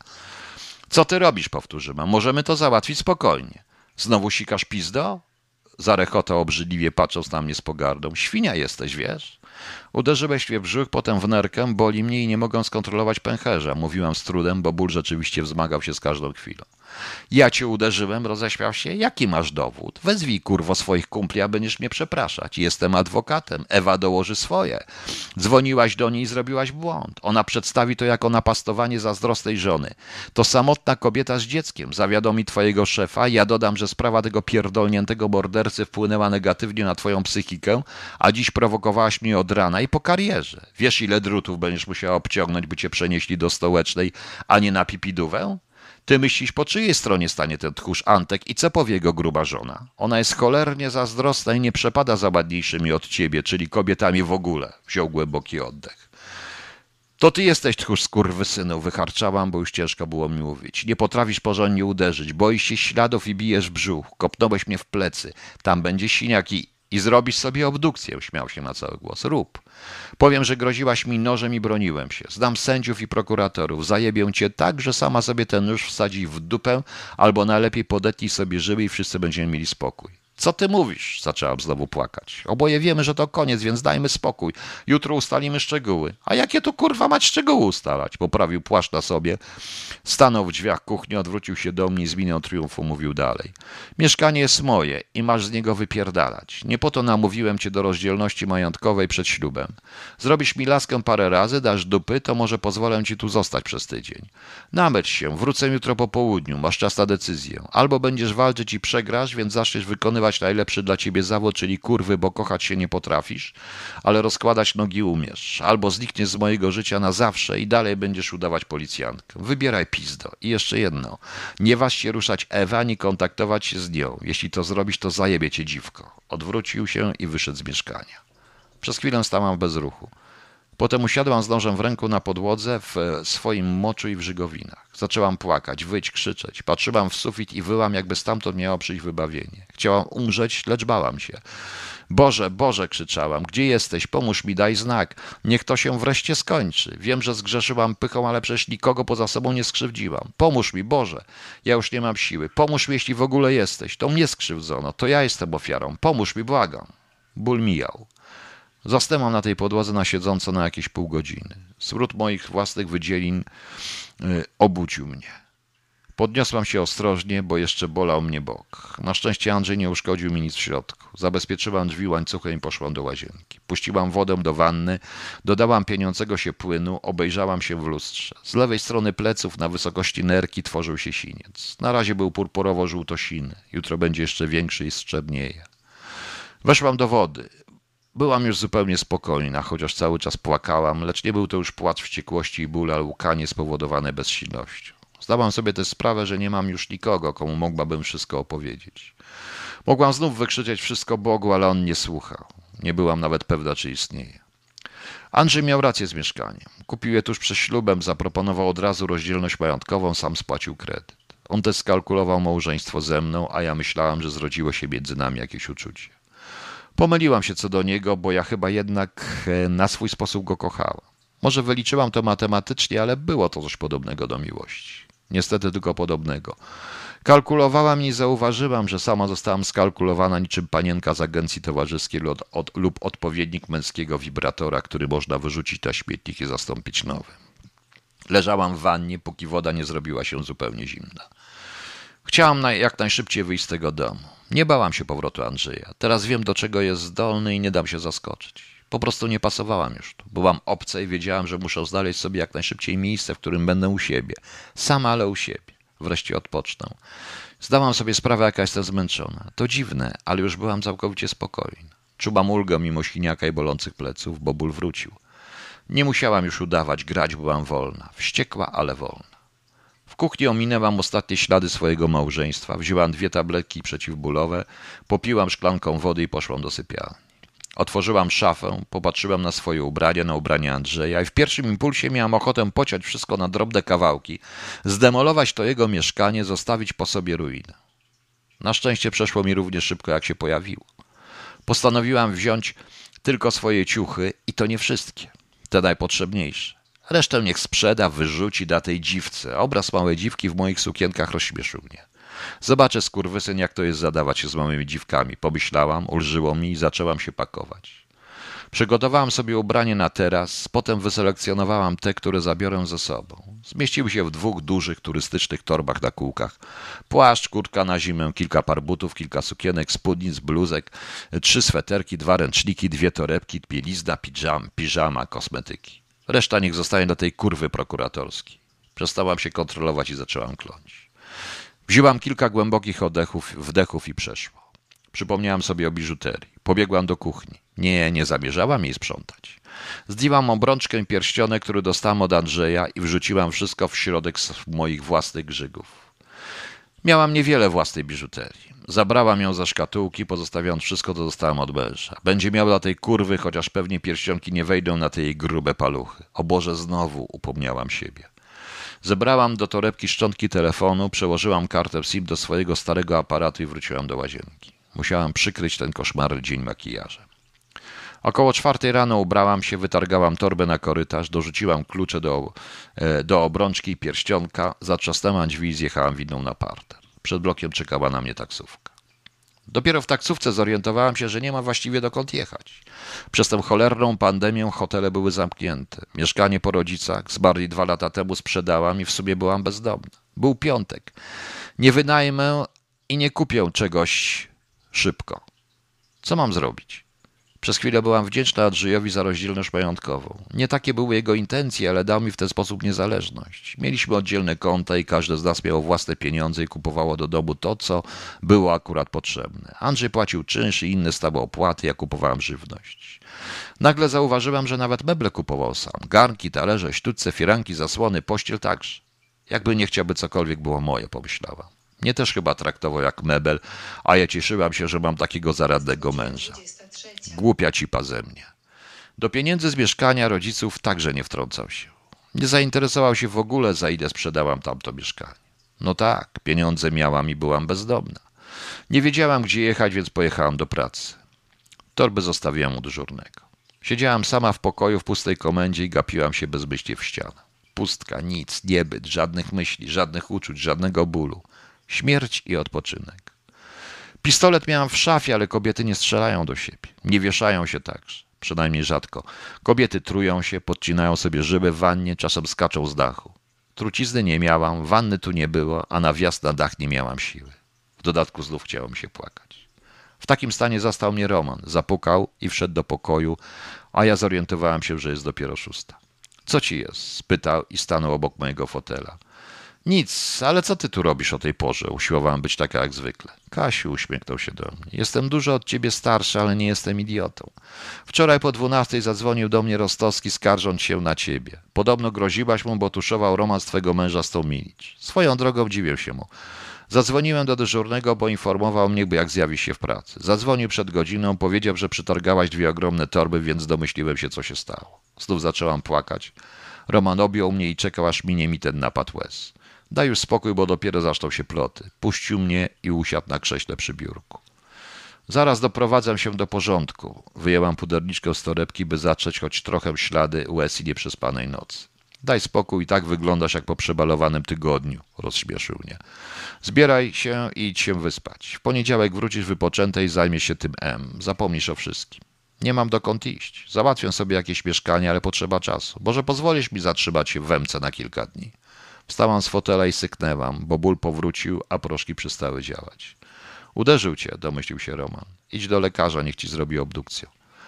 Co ty robisz? Powtórzyłem. Możemy to załatwić spokojnie. Znowu sikasz pizdo? Zarechotał obrzydliwie, patrząc na mnie z pogardą. Świnia jesteś, wiesz? Uderzyłeś mnie w brzuch, potem w nerkę, boli mnie i nie mogę skontrolować pęcherza. Mówiłam z trudem, bo ból rzeczywiście wzmagał się z każdą chwilą. Ja cię uderzyłem, roześmiał się. Jaki masz dowód? Wezwij, kurwo, swoich kumpli, a będziesz mnie przepraszać. Jestem adwokatem. Ewa dołoży swoje. Dzwoniłaś do niej i zrobiłaś błąd. Ona przedstawi to jako napastowanie zazdrosnej żony. To samotna kobieta z dzieckiem. Zawiadomi twojego szefa. Ja dodam, że sprawa tego pierdolniętego mordercy wpłynęła negatywnie na twoją psychikę, a dziś prowokowałaś mnie od rana i po karierze. Wiesz, ile drutów będziesz musiała obciągnąć, by cię przenieśli do stołecznej, a nie na pipidówę? Ty myślisz, po czyjej stronie stanie ten tchórz Antek i co powie jego gruba żona? Ona jest cholernie zazdrosna i nie przepada za ładniejszymi od ciebie, czyli kobietami w ogóle. Wziął głęboki oddech. To ty jesteś tchórz, skurwysynu, wycharczałam, bo już ciężko było mi mówić. Nie potrafisz porządnie uderzyć, boisz się śladów i bijesz w brzuch. Kopnąłeś mnie w plecy. Tam będzie siniak i, i zrobisz sobie obdukcję, śmiał się na cały głos. Rób. Powiem, że groziłaś mi nożem i broniłem się. Znam sędziów i prokuratorów. Zajebię cię tak, że sama sobie ten nóż wsadzi w dupę, albo najlepiej podetnij sobie żyły i wszyscy będziemy mieli spokój. Co ty mówisz? Zaczęłam znowu płakać. Oboje wiemy, że to koniec, więc dajmy spokój. Jutro ustalimy szczegóły. A jakie tu kurwa mać szczegóły ustalać? Poprawił płaszcz na sobie. Stanął w drzwiach kuchni, odwrócił się do mnie i z miną triumfu mówił dalej. Mieszkanie jest moje i masz z niego wypierdalać. Nie po to namówiłem cię do rozdzielności majątkowej przed ślubem. Zrobisz mi laskę parę razy, dasz dupy, to może pozwolę ci tu zostać przez tydzień. Namęcz się, wrócę jutro po południu, masz czas na decyzję. Albo będziesz walczyć i przegrasz, więc zaczniesz wykonywać najlepszy dla ciebie zawód, czyli kurwy, bo kochać się nie potrafisz, ale rozkładać nogi umiesz. Albo znikniesz z mojego życia na zawsze i dalej będziesz udawać policjantkę. Wybieraj, pizdo. I jeszcze jedno. Nie waż się ruszać Ewa, ani kontaktować się z nią. Jeśli to zrobisz, to zajebie cię, dziwko. Odwrócił się i wyszedł z mieszkania. Przez chwilę stałam w bezruchu. Potem usiadłam z nożem w ręku na podłodze w swoim moczu i w żygowinach. Zaczęłam płakać, wyć, krzyczeć. Patrzyłam w sufit i wyłam, jakby stamtąd miało przyjść wybawienie. Chciałam umrzeć, lecz bałam się. Boże, Boże, krzyczałam, gdzie jesteś? Pomóż mi, daj znak. Niech to się wreszcie skończy. Wiem, że zgrzeszyłam pychą, ale przecież nikogo poza sobą nie skrzywdziłam. Pomóż mi, Boże. Ja już nie mam siły. Pomóż mi, jeśli w ogóle jesteś. To mnie skrzywdzono. To ja jestem ofiarą. Pomóż mi, błagam. Ból mijał. Zastępam na tej podłodze na siedząco na jakieś pół godziny. Smród moich własnych wydzielin y, obudził mnie. Podniosłam się ostrożnie, bo jeszcze bolał mnie bok. Na szczęście Andrzej nie uszkodził mi nic w środku. Zabezpieczyłam drzwi łańcuchem i poszłam do łazienki. Puściłam wodę do wanny, dodałam pieniącego się płynu, obejrzałam się w lustrze. Z lewej strony pleców na wysokości nerki tworzył się siniec. Na razie był purpurowo-żółtosiny. Jutro będzie jeszcze większy i zczernieje. Weszłam do wody. Byłam już zupełnie spokojna, chociaż cały czas płakałam, lecz nie był to już płacz wściekłości i ból, ale łkanie spowodowane bezsilnością. Zdałam sobie też sprawę, że nie mam już nikogo, komu mogłabym wszystko opowiedzieć. Mogłam znów wykrzyczeć wszystko Bogu, ale on nie słuchał. Nie byłam nawet pewna, czy istnieje. Andrzej miał rację z mieszkaniem. Kupił je tuż przed ślubem, zaproponował od razu rozdzielność majątkową, sam spłacił kredyt. On też skalkulował małżeństwo ze mną, a ja myślałam, że zrodziło się między nami jakieś uczucie. Pomyliłam się co do niego, bo ja chyba jednak na swój sposób go kochałam. Może wyliczyłam to matematycznie, ale było to coś podobnego do miłości. Niestety tylko podobnego. Kalkulowałam i nie zauważyłam, że sama zostałam skalkulowana niczym panienka z agencji towarzyskiej lub, od, lub odpowiednik męskiego wibratora, który można wyrzucić na śmietnik i zastąpić nowym. Leżałam w wannie, póki woda nie zrobiła się zupełnie zimna. Chciałam na, jak najszybciej wyjść z tego domu. Nie bałam się powrotu Andrzeja. Teraz wiem, do czego jest zdolny i nie dam się zaskoczyć. Po prostu nie pasowałam już tu. Byłam obca i wiedziałam, że muszę znaleźć sobie jak najszybciej miejsce, w którym będę u siebie. Sama, ale u siebie. Wreszcie odpocznę. Zdałam sobie sprawę, jaka jestem zmęczona. To dziwne, ale już byłam całkowicie spokojna. Czułam ulgę mimo siniaka i bolących pleców, bo ból wrócił. Nie musiałam już udawać, grać byłam wolna. Wściekła, ale wolna. W kuchni ominęłam ostatnie ślady swojego małżeństwa. Wzięłam dwie tabletki przeciwbólowe, popiłam szklanką wody i poszłam do sypialni. Otworzyłam szafę, popatrzyłam na swoje ubrania, na ubranie Andrzeja i w pierwszym impulsie miałam ochotę pociąć wszystko na drobne kawałki, zdemolować to jego mieszkanie, zostawić po sobie ruinę. Na szczęście przeszło mi równie szybko, jak się pojawiło. Postanowiłam wziąć tylko swoje ciuchy i to nie wszystkie, te najpotrzebniejsze. Resztę niech sprzeda, wyrzuci, da tej dziwce. Obraz małej dziwki w moich sukienkach rozśmieszył mnie. Zobaczę, skurwysyn, jak to jest zadawać się z małymi dziwkami. Pomyślałam, ulżyło mi i zaczęłam się pakować. Przygotowałam sobie ubranie na teraz, potem wyselekcjonowałam te, które zabiorę ze sobą. Zmieściły się w dwóch dużych turystycznych torbach na kółkach. Płaszcz, kurtka na zimę, kilka par butów, kilka sukienek, spódnic, bluzek, trzy sweterki, dwa ręczniki, dwie torebki, bielizna, piżam, piżama, kosmetyki. Reszta niech zostaje dla tej kurwy prokuratorskiej. Przestałam się kontrolować i zaczęłam kląć. Wzięłam kilka głębokich oddechów, wdechów i przeszło. Przypomniałam sobie o biżuterii. Pobiegłam do kuchni. Nie, nie zamierzałam jej sprzątać. Zdjęłam obrączkę i pierścionek, który dostałam od Andrzeja i wrzuciłam wszystko w środek moich własnych grzygów. Miałam niewiele własnej biżuterii. Zabrałam ją za szkatułki, pozostawiając wszystko, co dostałam od męża. Będzie miał dla tej kurwy, chociaż pewnie pierścionki nie wejdą na te jej grube paluchy. O Boże, znowu upomniałam siebie. Zebrałam do torebki szczątki telefonu, przełożyłam kartę SIM do swojego starego aparatu i wróciłam do łazienki. Musiałam przykryć ten koszmarny dzień makijażem. Około czwartej rano ubrałam się, wytargałam torbę na korytarz, dorzuciłam klucze do, do obrączki i pierścionka, zatrzasnęłam drzwi i zjechałam windą na parter. Przed blokiem czekała na mnie taksówka. Dopiero w taksówce zorientowałam się, że nie ma właściwie dokąd jechać. Przez tę cholerną pandemię hotele były zamknięte. Mieszkanie po rodzicach, zmarli dwa lata temu, sprzedałam i w sumie byłam bezdomna. Był piątek. Nie wynajmę i nie kupię czegoś szybko. Co mam zrobić? Przez chwilę byłam wdzięczna Andrzejowi za rozdzielność majątkową. Nie takie były jego intencje, ale dał mi w ten sposób niezależność. Mieliśmy oddzielne konta i każdy z nas miał własne pieniądze i kupowało do domu to, co było akurat potrzebne. Andrzej płacił czynsz i inne stałe opłaty, ja kupowałam żywność. Nagle zauważyłam, że nawet meble kupował sam. Garnki, talerze, sztućce, firanki, zasłony, pościel także. Jakby nie chciał, by cokolwiek było moje, pomyślałam. Mnie też chyba traktował jak mebel, a ja cieszyłam się, że mam takiego zaradnego męża. Głupia cipa ze mnie. Do pieniędzy z mieszkania rodziców także nie wtrącał się. Nie zainteresował się w ogóle, za ile sprzedałam tamto mieszkanie. No tak, pieniądze miałam i byłam bezdomna. Nie wiedziałam, gdzie jechać, więc pojechałam do pracy. Torby zostawiłam u dyżurnego. Siedziałam sama w pokoju w pustej komendzie i gapiłam się bezmyślnie w ścianę. Pustka, nic, niebyt, żadnych myśli, żadnych uczuć, żadnego bólu. Śmierć i odpoczynek. Pistolet miałam w szafie, ale kobiety nie strzelają do siebie. Nie wieszają się także. Przynajmniej rzadko. Kobiety trują się, podcinają sobie żyły w wannie, czasem skaczą z dachu. Trucizny nie miałam, wanny tu nie było, a na wjazd na dach nie miałam siły. W dodatku znów chciało mi się płakać. W takim stanie zastał mnie Roman. Zapukał i wszedł do pokoju, a ja zorientowałam się, że jest dopiero szósta. Co ci jest? Spytał i stanął obok mojego fotela. Nic, ale co ty tu robisz o tej porze? Usiłowałem być taka jak zwykle. Kasiu, uśmiechnął się do mnie. Jestem dużo od ciebie starszy, ale nie jestem idiotą. Wczoraj po dwunastej zadzwonił do mnie Rostowski, skarżąc się na ciebie. Podobno groziłaś mu, bo tuszował romans twego męża z tą Milić. Swoją drogą dziwię się mu. Zadzwoniłem do dyżurnego, bo informował mnie, bo jak zjawi się w pracy. Zadzwonił przed godziną, powiedział, że przytargałaś dwie ogromne torby, więc domyśliłem się, co się stało. Znów zaczęłam płakać. Roman objął mnie i czekał, aż minie mi ten napad łez. Daj już spokój, bo dopiero zaczną się ploty. Puścił mnie i usiadł na krześle przy biurku. Zaraz doprowadzam się do porządku. Wyjęłam puderniczkę z torebki, by zatrzeć choć trochę ślady łez i nieprzespanej nocy. Daj spokój, i tak wyglądasz jak po przebalowanym tygodniu, rozśmieszył mnie. Zbieraj się i idź się wyspać. W poniedziałek wrócisz wypoczęte i zajmiesz się tym M. Zapomnisz o wszystkim. Nie mam dokąd iść. Załatwię sobie jakieś mieszkanie, ale potrzeba czasu. Może pozwolisz mi zatrzymać się w Emce na kilka dni. Wstałam z fotela i syknęłam, bo ból powrócił, a proszki przestały działać. Uderzył cię, domyślił się Roman. Idź do lekarza, niech ci zrobi obdukcję.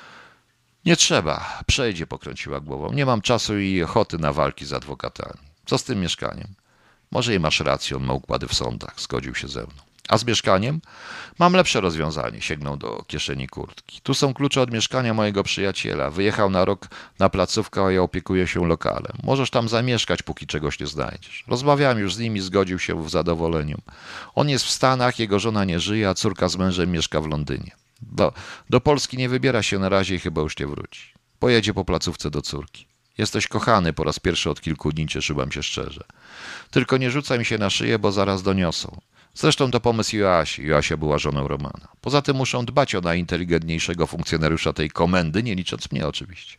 Nie trzeba. Przejdzie, pokręciła głową. Nie mam czasu i ochoty na walki z adwokatami. Co z tym mieszkaniem? Może i masz rację, on ma układy w sądach. Zgodził się ze mną. A z mieszkaniem? Mam lepsze rozwiązanie. Sięgnął do kieszeni kurtki. Tu są klucze od mieszkania mojego przyjaciela. Wyjechał na rok na placówkę, a ja opiekuję się lokalem. Możesz tam zamieszkać, póki czegoś nie znajdziesz. Rozmawiałem już z nim i zgodził się w zadowoleniu. On jest w Stanach, jego żona nie żyje, a córka z mężem mieszka w Londynie. Do, do Polski nie wybiera się na razie i chyba już nie wróci. Pojedzie po placówce do córki. Jesteś kochany po raz pierwszy od kilku dni, cieszyłem się szczerze. Tylko nie rzucaj mi się na szyję, bo zaraz doniosą. Zresztą to pomysł Joasi. Joasia była żoną Romana. Poza tym muszą dbać o najinteligentniejszego funkcjonariusza tej komendy, nie licząc mnie oczywiście.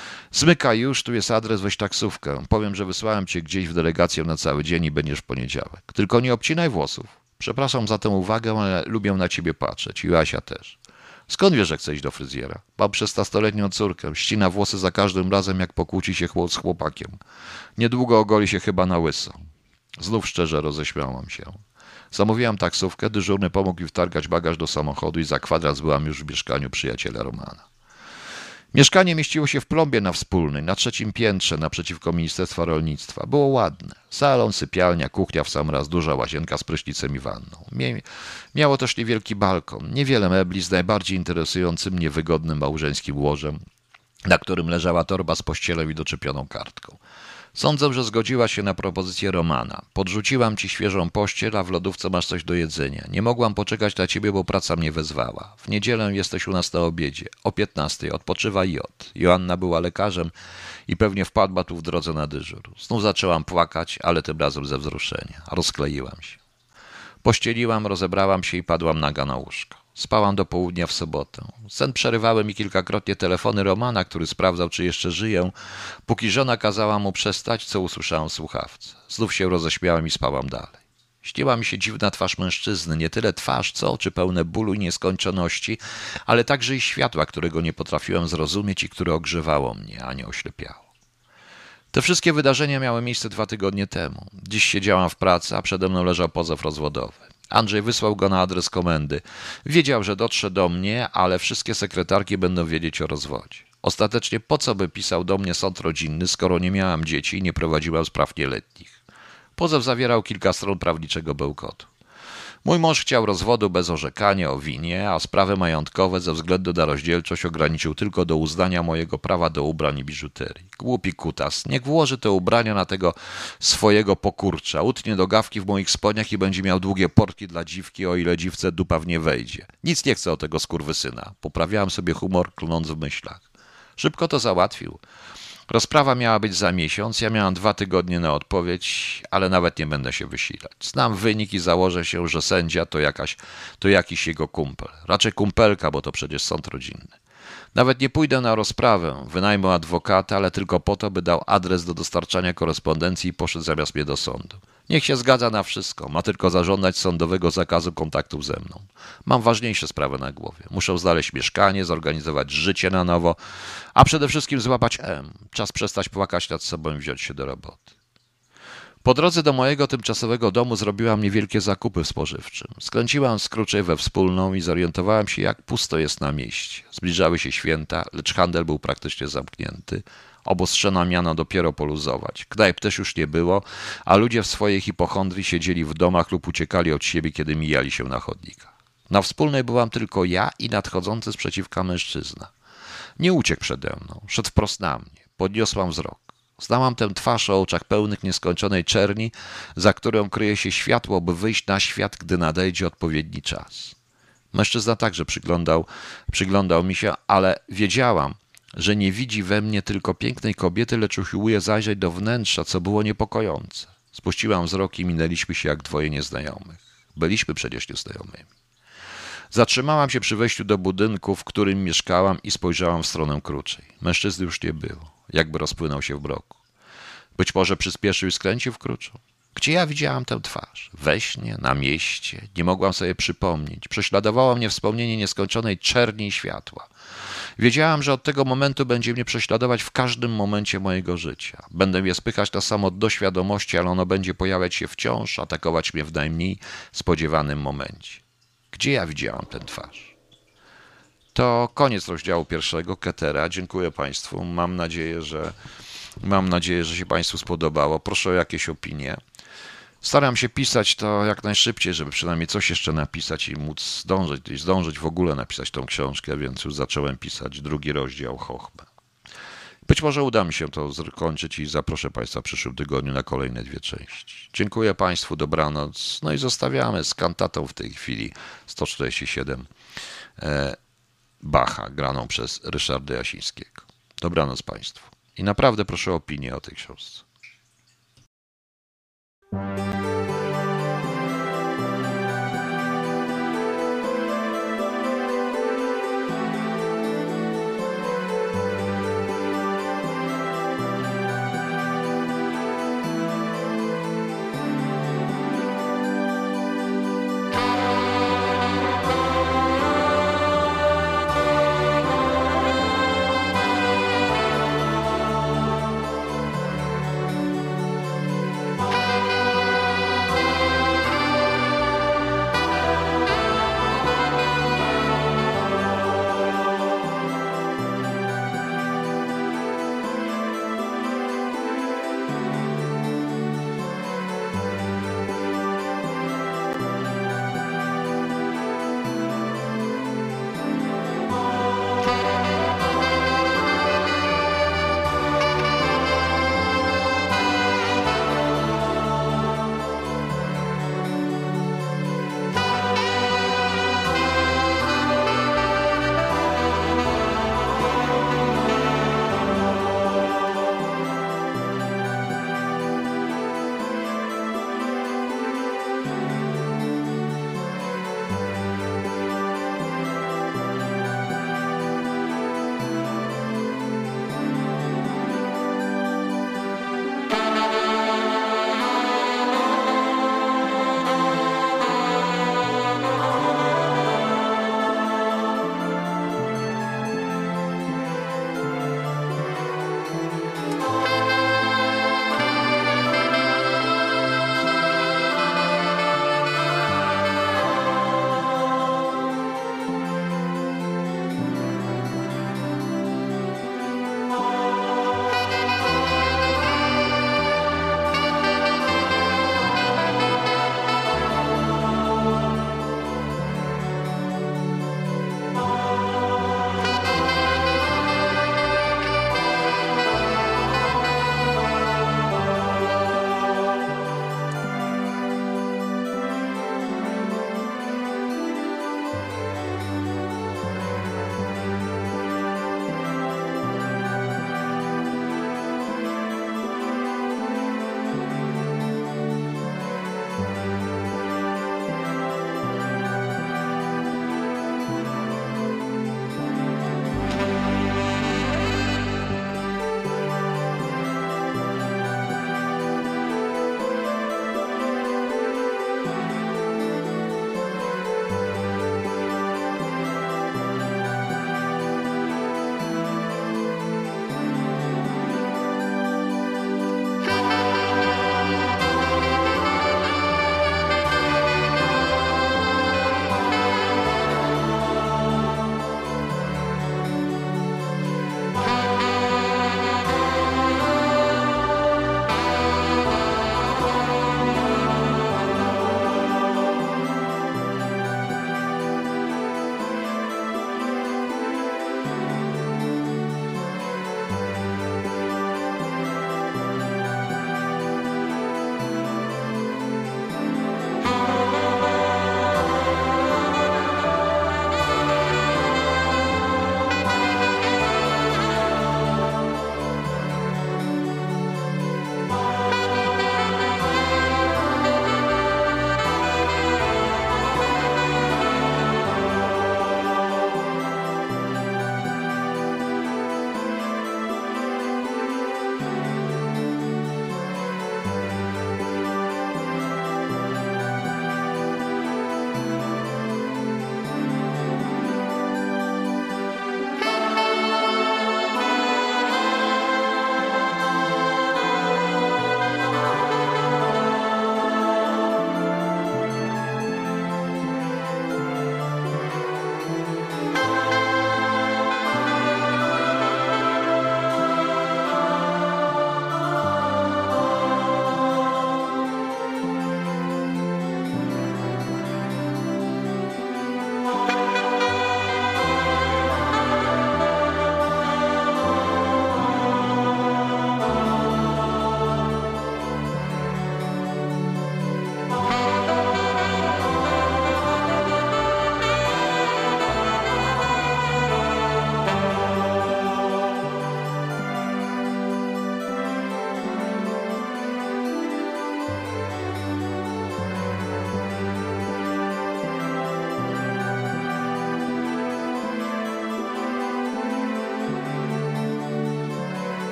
Zmykaj już, tu jest adres, weź taksówkę. Powiem, że wysłałem cię gdzieś w delegację na cały dzień i będziesz w poniedziałek. Tylko nie obcinaj włosów. Przepraszam za tę uwagę, ale lubię na ciebie patrzeć. Joasia też. Skąd wiesz, że chcę iść do fryzjera? Mam szesnastoletnią córkę. Ścina włosy za każdym razem, jak pokłóci się z chłopakiem. Niedługo ogoli się chyba na łyso. Znów szczerze roześmiałam się. Zamówiłam taksówkę, dyżurny pomógł mi wtargać bagaż do samochodu i za kwadrans byłam już w mieszkaniu przyjaciela Romana. Mieszkanie mieściło się w Plombie na Wspólnej, na trzecim piętrze, naprzeciwko Ministerstwa Rolnictwa. Było ładne. Salon, sypialnia, kuchnia w sam raz, duża łazienka z prysznicem i wanną. Miało też niewielki balkon, niewiele mebli z najbardziej interesującym, niewygodnym małżeńskim łożem, na którym leżała torba z pościelą i doczepioną kartką. Sądzę, że zgodziła się na propozycję Romana. Podrzuciłam ci świeżą pościel, a w lodówce masz coś do jedzenia. Nie mogłam poczekać na ciebie, bo praca mnie wezwała. W niedzielę jesteś u nas na obiedzie. O piętnastej odpoczywa Jot. Joanna była lekarzem i pewnie wpadła tu w drodze na dyżur. Znów zaczęłam płakać, ale tym razem ze wzruszenia. Rozkleiłam się. Pościeliłam, rozebrałam się i padłam naga na łóżko. Spałam do południa w sobotę. Sen przerywały mi kilkakrotnie telefony Romana, który sprawdzał, czy jeszcze żyję, póki żona kazała mu przestać, co usłyszałam w słuchawce. Znów się roześmiałem i spałam dalej. Śniła mi się dziwna twarz mężczyzny, nie tyle twarz, co oczy pełne bólu i nieskończoności, ale także i światła, którego nie potrafiłem zrozumieć i które ogrzewało mnie, a nie oślepiało. Te wszystkie wydarzenia miały miejsce dwa tygodnie temu. Dziś siedziałam w pracy, a przede mną leżał pozew rozwodowy. Andrzej wysłał go na adres komendy. Wiedział, że dotrze do mnie, ale wszystkie sekretarki będą wiedzieć o rozwodzie. Ostatecznie po co by pisał do mnie sąd rodzinny, skoro nie miałam dzieci i nie prowadziłam spraw nieletnich? Pozew zawierał kilka stron prawniczego bełkotu. Mój mąż chciał rozwodu bez orzekania o winie, a sprawy majątkowe ze względu na rozdzielczość ograniczył tylko do uznania mojego prawa do ubrań i biżuterii. Głupi kutas, niech włoży te ubrania na tego swojego pokurcza, utnie dogawki w moich spodniach i będzie miał długie portki dla dziwki, o ile dziwce dupa w nie wejdzie. Nic nie chcę od tego skurwysyna. Poprawiałam sobie humor, klnąc w myślach. Szybko to załatwił. Rozprawa miała być za miesiąc, ja miałam dwa tygodnie na odpowiedź, ale nawet nie będę się wysilać. Znam wynik i założę się, że sędzia to, jakaś, to jakiś jego kumpel. Raczej kumpelka, bo to przecież sąd rodzinny. Nawet nie pójdę na rozprawę, wynajmę adwokata, ale tylko po to, by dał adres do dostarczania korespondencji i poszedł zamiast mnie do sądu. Niech się zgadza na wszystko, ma tylko zażądać sądowego zakazu kontaktów ze mną. Mam ważniejsze sprawy na głowie. Muszę znaleźć mieszkanie, zorganizować życie na nowo, a przede wszystkim złapać M. Czas przestać płakać nad sobą i wziąć się do roboty. Po drodze do mojego tymczasowego domu zrobiłam niewielkie zakupy w spożywczym. Skręciłam z Kruczej we Wspólną i zorientowałam się, jak pusto jest na mieście. Zbliżały się święta, lecz handel był praktycznie zamknięty. Obostrzena miano dopiero poluzować. Knajp też już nie było, a ludzie w swojej hipochondrii siedzieli w domach lub uciekali od siebie, kiedy mijali się na chodnikach. Na wspólnej byłam tylko ja i nadchodzący sprzeciwka mężczyzna. Nie uciekł przede mną, szedł wprost na mnie. Podniosłam wzrok. Znałam tę twarz o oczach pełnych nieskończonej czerni, za którą kryje się światło, by wyjść na świat, gdy nadejdzie odpowiedni czas. Mężczyzna także przyglądał, przyglądał mi się, ale wiedziałam, że nie widzi we mnie tylko pięknej kobiety, lecz usiłuje zajrzeć do wnętrza, co było niepokojące. Spuściłam wzrok i minęliśmy się jak dwoje nieznajomych. Byliśmy przecież nieznajomymi. Zatrzymałam się przy wejściu do budynku, w którym mieszkałam i spojrzałam w stronę kruczej. Mężczyzny już nie było, jakby rozpłynął się w mroku. Być może przyspieszył i skręcił w kruczą. Gdzie ja widziałam tę twarz? We śnie, na mieście. Nie mogłam sobie przypomnieć. Prześladowało mnie wspomnienie nieskończonej czerni i światła. Wiedziałam, że od tego momentu będzie mnie prześladować w każdym momencie mojego życia. Będę je spychać na samo do świadomości, ale ono będzie pojawiać się wciąż, atakować mnie w najmniej spodziewanym momencie. Gdzie ja widziałam tę twarz? To koniec rozdziału pierwszego, Ketera. Dziękuję Państwu. Mam nadzieję, że mam nadzieję, że się Państwu spodobało. Proszę o jakieś opinie. Staram się pisać to jak najszybciej, żeby przynajmniej coś jeszcze napisać i móc zdążyć, i zdążyć w ogóle napisać tą książkę, więc już zacząłem pisać drugi rozdział Chochmę. Być może uda mi się to zakończyć i zaproszę Państwa w przyszłym tygodniu na kolejne dwie części. Dziękuję Państwu, dobranoc. No i zostawiamy z kantatą w tej chwili sto czterdzieści siedem e, Bacha, graną przez Ryszarda Jasińskiego. Dobranoc Państwu. I naprawdę proszę o opinię o tej książce.